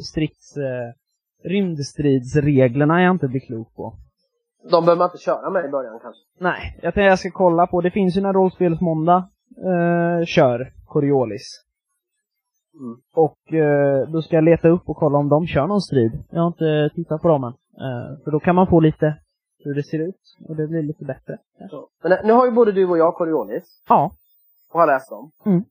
[SPEAKER 1] rymdstridsreglerna jag inte blir klok på.
[SPEAKER 2] De behöver man inte köra med i början kanske.
[SPEAKER 1] Nej, jag tänkte jag ska kolla på. Det finns ju när rollspelsmåndag kör Coriolis.
[SPEAKER 2] Mm.
[SPEAKER 1] Och då ska jag leta upp och kolla om de kör någon strid. Jag har inte tittat på dem än. För då kan man få lite hur det ser ut. Och det blir lite bättre.
[SPEAKER 2] Ja. Men nu har ju både du och jag Coriolis.
[SPEAKER 1] Ja.
[SPEAKER 2] Och har läst dem.
[SPEAKER 1] Mm.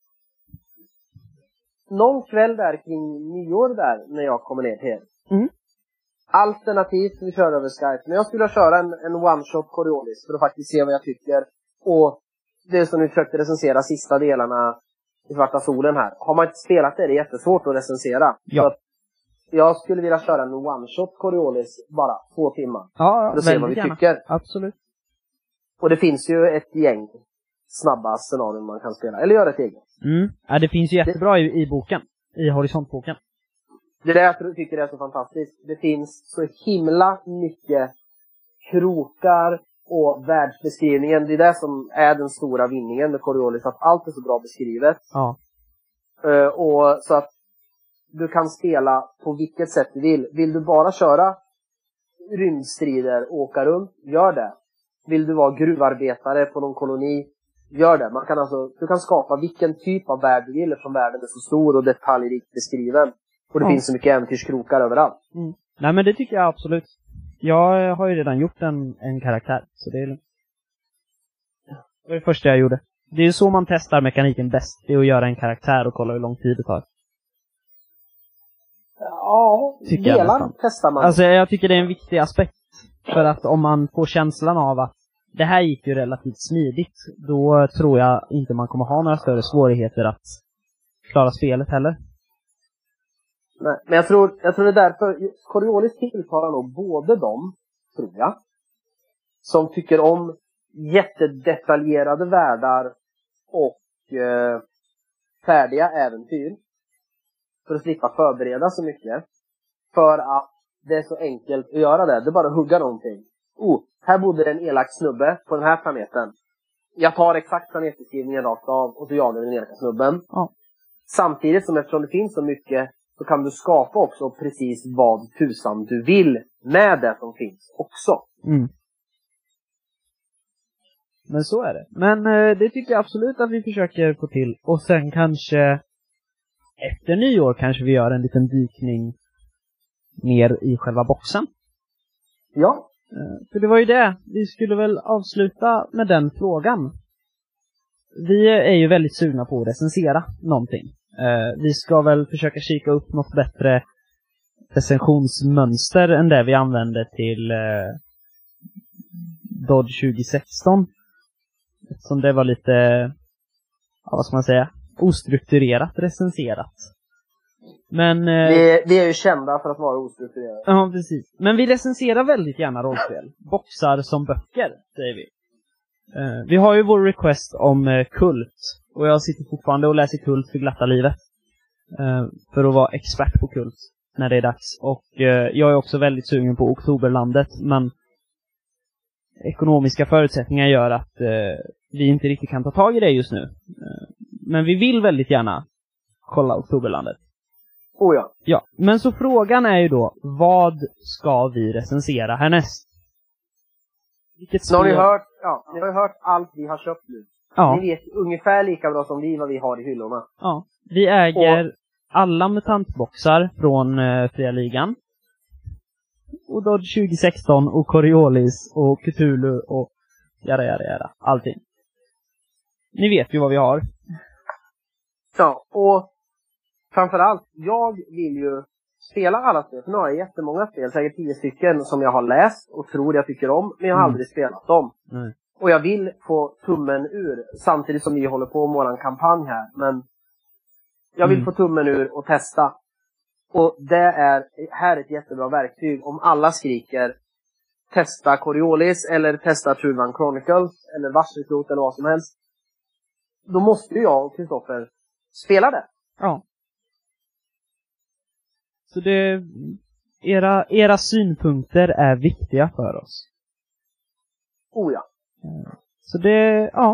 [SPEAKER 2] Någon kväll där kring nyår där när jag kommer ner till er.
[SPEAKER 1] Mm.
[SPEAKER 2] Alternativt vi kör över Skype. Men jag skulle köra en one-shot Coriolis för att faktiskt se vad jag tycker. Och det som vi försökte recensera sista delarna i Svarta solen här. Har man inte spelat det är det jättesvårt att recensera.
[SPEAKER 1] Ja.
[SPEAKER 2] Så att jag skulle vilja köra en one-shot Coriolis bara 2 timmar.
[SPEAKER 1] Ja,
[SPEAKER 2] för att se vad vi tycker.
[SPEAKER 1] Absolut.
[SPEAKER 2] Och det finns ju ett gäng snabba scenarion man kan spela. Eller göra ett eget.
[SPEAKER 1] Mm. Ja, det finns ju jättebra i boken. I Horisontboken.
[SPEAKER 2] Det är det jag tycker är så fantastiskt. Det finns så himla mycket krokar och världsbeskrivningen. Det är det som är den stora vinningen med Coriolis. Att allt är så bra beskrivet.
[SPEAKER 1] Ja.
[SPEAKER 2] Och så att du kan spela på vilket sätt du vill. Vill du bara köra rymdstrider och åka runt, gör det. Vill du vara gruvarbetare på någon koloni, gör det. Du kan skapa vilken typ av värld du vill eftersom världen är så stor och detaljrikt beskriven. Och det finns så mycket äventyrskrokar överallt.
[SPEAKER 1] Mm. Nej, men det tycker jag absolut. Jag har ju redan gjort en karaktär. Så det är lugnt. Det var det första jag gjorde. Det är ju så man testar mekaniken bäst. Det är att göra en karaktär och kolla hur lång tid det tar.
[SPEAKER 2] Ja, delar testar man.
[SPEAKER 1] Alltså jag tycker det är en viktig aspekt. För att om man får känslan av att det här gick ju relativt smidigt, då tror jag inte man kommer ha några större svårigheter att klara spelet heller.
[SPEAKER 2] Nej, men jag tror det är därför Coriolis tilltalar nog både dem, tror jag, som tycker om jättedetaljerade världar och färdiga äventyr för att slippa förbereda så mycket. För att det är så enkelt att göra det. Det är bara att hugga någonting. Här bodde en elak snubbe på den här planeten. Jag tar exakt planetbeskrivningen rakt av och så jagar den elaka snubben.
[SPEAKER 1] Ja.
[SPEAKER 2] Samtidigt som eftersom det finns så mycket så kan du skapa också precis vad tusan du vill med det som finns också.
[SPEAKER 1] Mm. Men så är det. Men det tycker jag absolut att vi försöker få till. Och sen kanske efter nyår kanske vi gör en liten dykning ner i själva boxen.
[SPEAKER 2] Ja.
[SPEAKER 1] För det var ju det. Vi skulle väl avsluta med den frågan. Vi är ju väldigt sugna på att recensera någonting. Vi ska väl försöka kika upp något bättre recensionsmönster än det vi använde till Dodge 2016. Eftersom det var lite, vad ska man säga, ostrukturerat recenserat. Men
[SPEAKER 2] vi är ju kända för att vara ostrukturerade.
[SPEAKER 1] Ja, precis. Men vi recenserar väldigt gärna rollspel. Boxar som böcker, säger vi. Vi har ju vår request om Kult. Och jag sitter fortfarande och läser Kult för glatta livet. För att vara expert på Kult när det är dags. Och jag är också väldigt sugen på Oktoberlandet. Men ekonomiska förutsättningar gör att vi inte riktigt kan ta tag i det just nu. Men vi vill väldigt gärna kolla Oktoberlandet.
[SPEAKER 2] Oh ja.
[SPEAKER 1] Ja, men så frågan är ju då, vad ska vi recensera härnäst? Vilket
[SPEAKER 2] Så har ni
[SPEAKER 1] spel?
[SPEAKER 2] hört, ni har ju hört allt vi har köpt nu.
[SPEAKER 1] Ja.
[SPEAKER 2] Ni vet ungefär lika bra som vi vad vi har i hyllorna.
[SPEAKER 1] Ja. Vi äger alla mutantboxar från Fria Ligan. Och Dodge 2016 och Coriolis och Cthulhu och jada. Allting. Ni vet ju vad vi har.
[SPEAKER 2] Ja, och framförallt, jag vill ju spela alla spel. För nu har jag jättemånga spel, säkert 10 stycken som jag har läst och tror jag tycker om. Men jag har aldrig spelat dem.
[SPEAKER 1] Nej.
[SPEAKER 2] Och jag vill få tummen ur, samtidigt som vi håller på med våran kampanj här. Men jag vill få tummen ur och testa. Och det är här ett jättebra verktyg. Om alla skriker testa Coriolis eller testa Truvan Chronicles eller Varselklot eller vad som helst. Då måste ju jag och Kristoffer spela det.
[SPEAKER 1] Ja. Så det... Era synpunkter är viktiga för oss.
[SPEAKER 2] Oh ja.
[SPEAKER 1] Så det... Ja.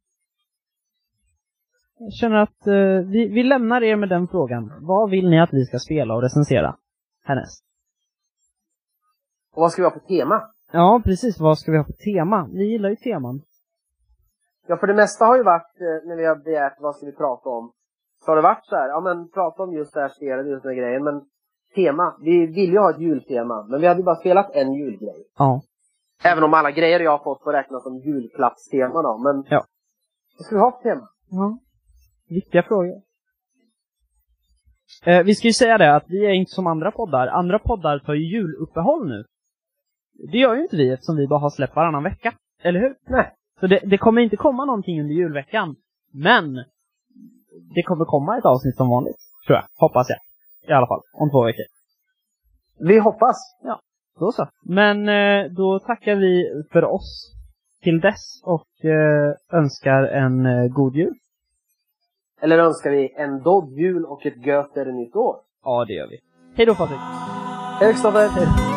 [SPEAKER 1] Jag känner att vi lämnar er med den frågan. Vad vill ni att vi ska spela och recensera härnäst?
[SPEAKER 2] Och vad ska vi ha för tema?
[SPEAKER 1] Ja, precis. Vad ska vi ha för tema? Vi gillar ju teman.
[SPEAKER 2] Ja, för det mesta har ju varit, när vi har begärt vad ska vi prata om. Så har det varit så här, ja men prata om just det här spelet, just den här grejen. Men tema, vi vill ju ha ett jultema. Men vi hade ju bara spelat en julgrej.
[SPEAKER 1] Ja.
[SPEAKER 2] Även om alla grejer jag har fått får räknas som julklappstema då. Men
[SPEAKER 1] ja.
[SPEAKER 2] Vad ska vi ha för tema?
[SPEAKER 1] Ja. Viktiga frågor. Vi ska ju säga det att vi är inte som andra poddar. Andra poddar tar ju juluppehåll nu. Det gör ju inte vi eftersom vi bara har släppt varannan vecka. Eller hur?
[SPEAKER 2] Nej.
[SPEAKER 1] Så det kommer inte komma någonting under julveckan. Men det kommer komma ett avsnitt som vanligt. Tror jag. Hoppas jag. I alla fall. Om 2 veckor.
[SPEAKER 2] Vi hoppas.
[SPEAKER 1] Ja. Då så. Men då tackar vi för oss till dess. Och önskar en god jul.
[SPEAKER 2] Eller önskar vi en dodd jul och ett göter nytt år?
[SPEAKER 1] Ja, det gör vi. Hej då, Patrik.
[SPEAKER 2] Hej, Kristoffer.